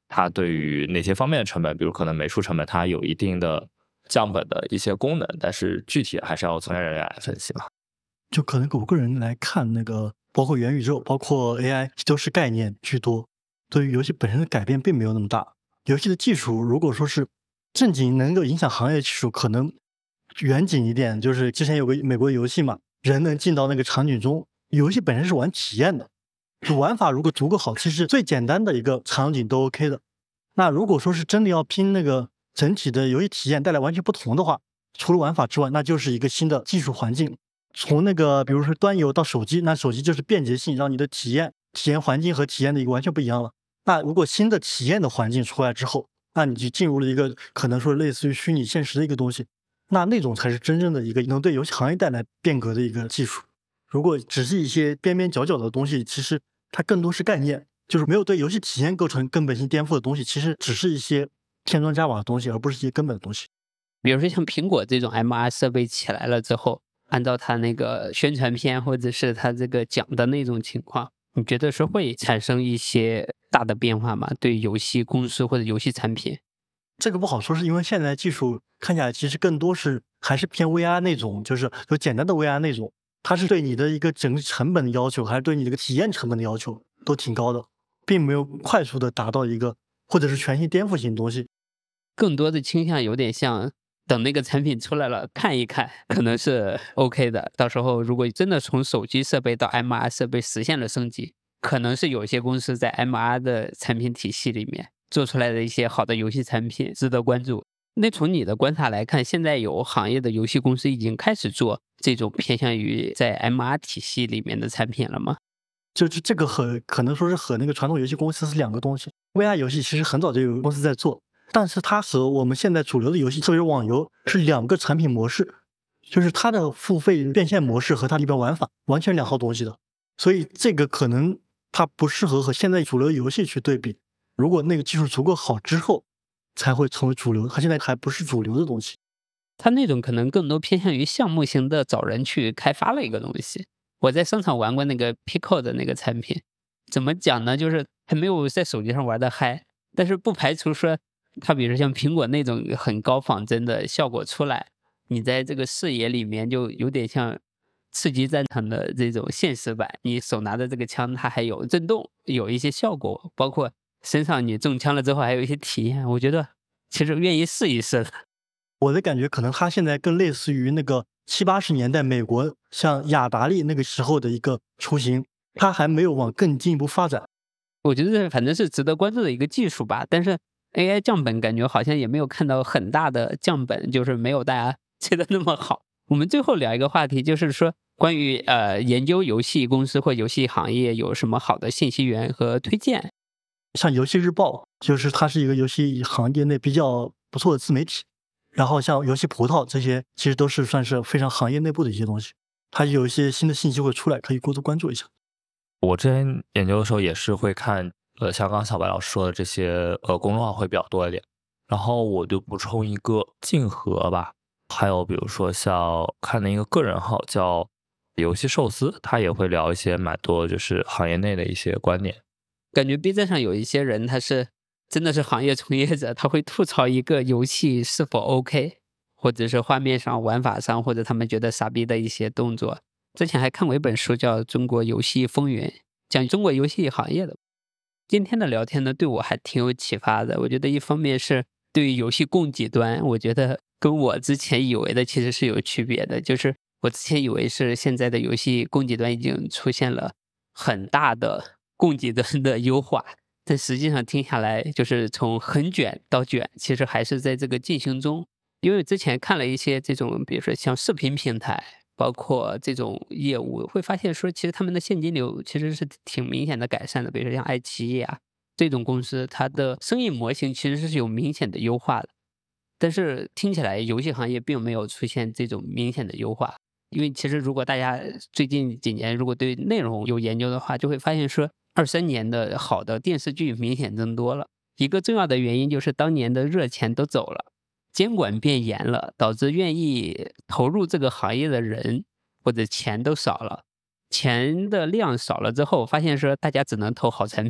它对于哪些方面的成本，比如可能美术成本它有一定的降本的一些功能，但是具体还是要从业人员来分析嘛。
就可能我个人来看，那个包括元宇宙、包括 AI 都是概念居多，对于游戏本身的改变并没有那么大。游戏的技术如果说是正经能够影响行业的技术，可能远景一点，就是之前有个美国游戏嘛，人能进到那个场景中，游戏本身是玩体验的，就玩法如果足够好，其实最简单的一个场景都 OK 的。那如果说是真的要拼那个整体的游戏体验带来完全不同的话，除了玩法之外，那就是一个新的技术环境。从那个比如说端游到手机，那手机就是便捷性，让你的体验环境和体验的一个完全不一样了。那如果新的体验的环境出来之后，那你就进入了一个可能说类似于虚拟现实的一个东西，那种才是真正的一个能对游戏行业带来变革的一个技术。如果只是一些边边角角的东西，其实它更多是概念，就是没有对游戏体验构成根本性颠覆的东西，其实只是一些添砖加瓦的东西，而不是一些根本的东西。
比如说像苹果这种 MR 设备起来了之后，按照它那个宣传片或者是它这个讲的那种情况，你觉得是会产生一些大的变化吗？对游戏公司或者游戏产品？
这个不好说，是因为现在技术看起来其实更多是还是偏 VR 那种，就是简单的 VR 那种，它是对你的一个整个成本的要求，还是对你这个体验成本的要求都挺高的，并没有快速的达到一个或者是全新颠覆性的东西。
更多的倾向有点像等那个产品出来了看一看，可能是 OK 的。到时候如果真的从手机设备到 MR 设备实现了升级，可能是有些公司在 MR 的产品体系里面做出来的一些好的游戏产品值得关注。那从你的观察来看，现在有行业的游戏公司已经开始做这种偏向于在 MR 体系里面的产品了吗？
就是这个可能说是和那个传统游戏公司是两个东西。VR 游戏其实很早就有公司在做，但是它和我们现在主流的游戏，特别是网游，是两个产品模式，就是它的付费变现模式和它里边玩法完全两套东西的。所以这个可能它不适合和现在主流游戏去对比。如果那个技术足够好之后，才会成为主流，它现在还不是主流的东西。
它那种可能更多偏向于项目型的找人去开发了一个东西。我在商场玩过那个 Pico 的那个产品，怎么讲呢？就是还没有在手机上玩的嗨，但是不排除说它比如像苹果那种很高仿真的效果出来，你在这个视野里面就有点像刺激战场的这种现实版，你手拿的这个枪它还有震动，有一些效果，包括身上你中枪了之后还有一些体验，我觉得其实愿意试一试的。
我的感觉可能它现在更类似于那个70、80年代美国像雅达利那个时候的一个雏形，它还没有往更进一步发展。
我觉得反正是值得关注的一个技术吧，但是 AI 降本感觉好像也没有看到很大的降本，就是没有大家觉得那么好。我们最后聊一个话题，就是说关于研究游戏公司或游戏行业有什么好的信息源和推荐。
像游戏日报，就是它是一个游戏行业内比较不错的自媒体。然后像游戏葡萄这些，其实都是算是非常行业内部的一些东西，它有一些新的信息会出来，可以过多关注一下。
我之前研究的时候也是会看，像刚刚小白老师说的这些公众号会比较多一点，然后我就补充一个竞合吧，还有比如说像看的一个个人号叫游戏寿司，他也会聊一些蛮多就是行业内的一些观点。
感觉 B 站上有一些人他是真的是行业从业者，他会吐槽一个游戏是否 OK， 或者是画面上玩法上或者他们觉得傻逼的一些动作。之前还看过一本书叫《中国游戏风云》，讲中国游戏行业的。今天的聊天呢，对我还挺有启发的。我觉得一方面是对于游戏供给端，我觉得跟我之前以为的其实是有区别的。就是我之前以为是现在的游戏供给端已经出现了很大的供给端的优化，但实际上听下来，就是从很卷到卷，其实还是在这个进行中。因为之前看了一些这种，比如说像视频平台，包括这种业务，会发现说，其实他们的现金流其实是挺明显的改善的。比如说像爱奇艺啊这种公司，它的生意模型其实是有明显的优化的。但是听起来游戏行业并没有出现这种明显的优化，因为其实如果大家最近几年如果对内容有研究的话，就会发现说23年的好的电视剧明显增多了。一个重要的原因就是当年的热钱都走了，监管变严了，导致愿意投入这个行业的人或者钱都少了，钱的量少了之后，发现说大家只能投好产品，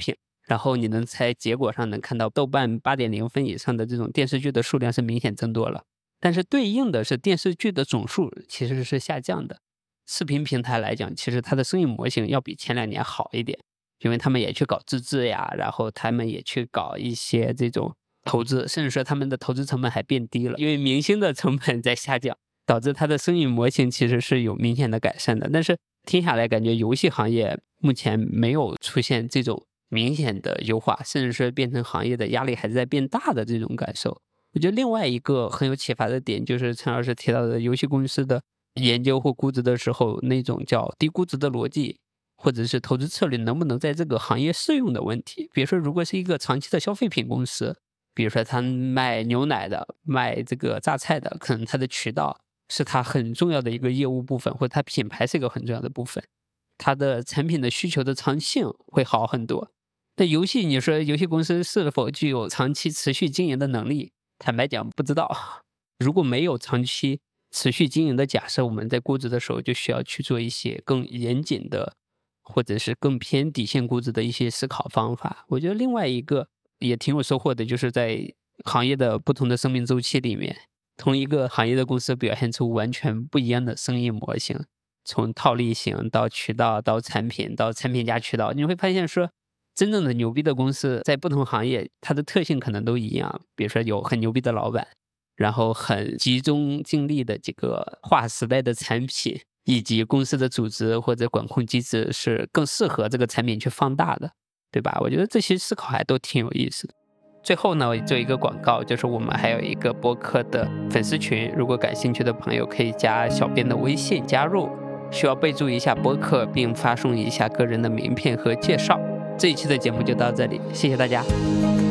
然后你能在结果上能看到豆瓣8.0分以上的这种电视剧的数量是明显增多了，但是对应的是电视剧的总数其实是下降的。视频平台来讲，其实它的生意模型要比前2年好一点，因为他们也去搞自制呀，然后他们也去搞一些这种投资，甚至说他们的投资成本还变低了，因为明星的成本在下降，导致它的生意模型其实是有明显的改善的。但是听下来感觉游戏行业目前没有出现这种明显的优化，甚至是变成行业的压力还是在变大的这种感受。我觉得另外一个很有启发的点就是陈老师提到的游戏公司的研究或估值的时候那种叫低估值的逻辑，或者是投资策略能不能在这个行业适用的问题。比如说如果是一个长期的消费品公司，比如说他卖牛奶的，卖这个榨菜的，可能他的渠道是他很重要的一个业务部分，或者他品牌是一个很重要的部分，他的产品的需求的长性会好很多。但游戏，你说游戏公司是否具有长期持续经营的能力，坦白讲不知道。如果没有长期持续经营的假设，我们在估值的时候就需要去做一些更严谨的或者是更偏底线估值的一些思考方法。我觉得另外一个也挺有收获的，就是在行业的不同的生命周期里面，同一个行业的公司表现出完全不一样的生意模型，从套利型到渠道到产品到产品加渠道，你会发现说真正的牛逼的公司在不同行业它的特性可能都一样。比如说有很牛逼的老板，然后很集中精力的这个划时代的产品，以及公司的组织或者管控机制是更适合这个产品去放大的，对吧？我觉得这些思考还都挺有意思的。最后呢，我做一个广告，就是我们还有一个播客的粉丝群，如果感兴趣的朋友可以加小编的微信加入，需要备注一下播客，并发送一下个人的名片和介绍。这一期的节目就到这里，谢谢大家。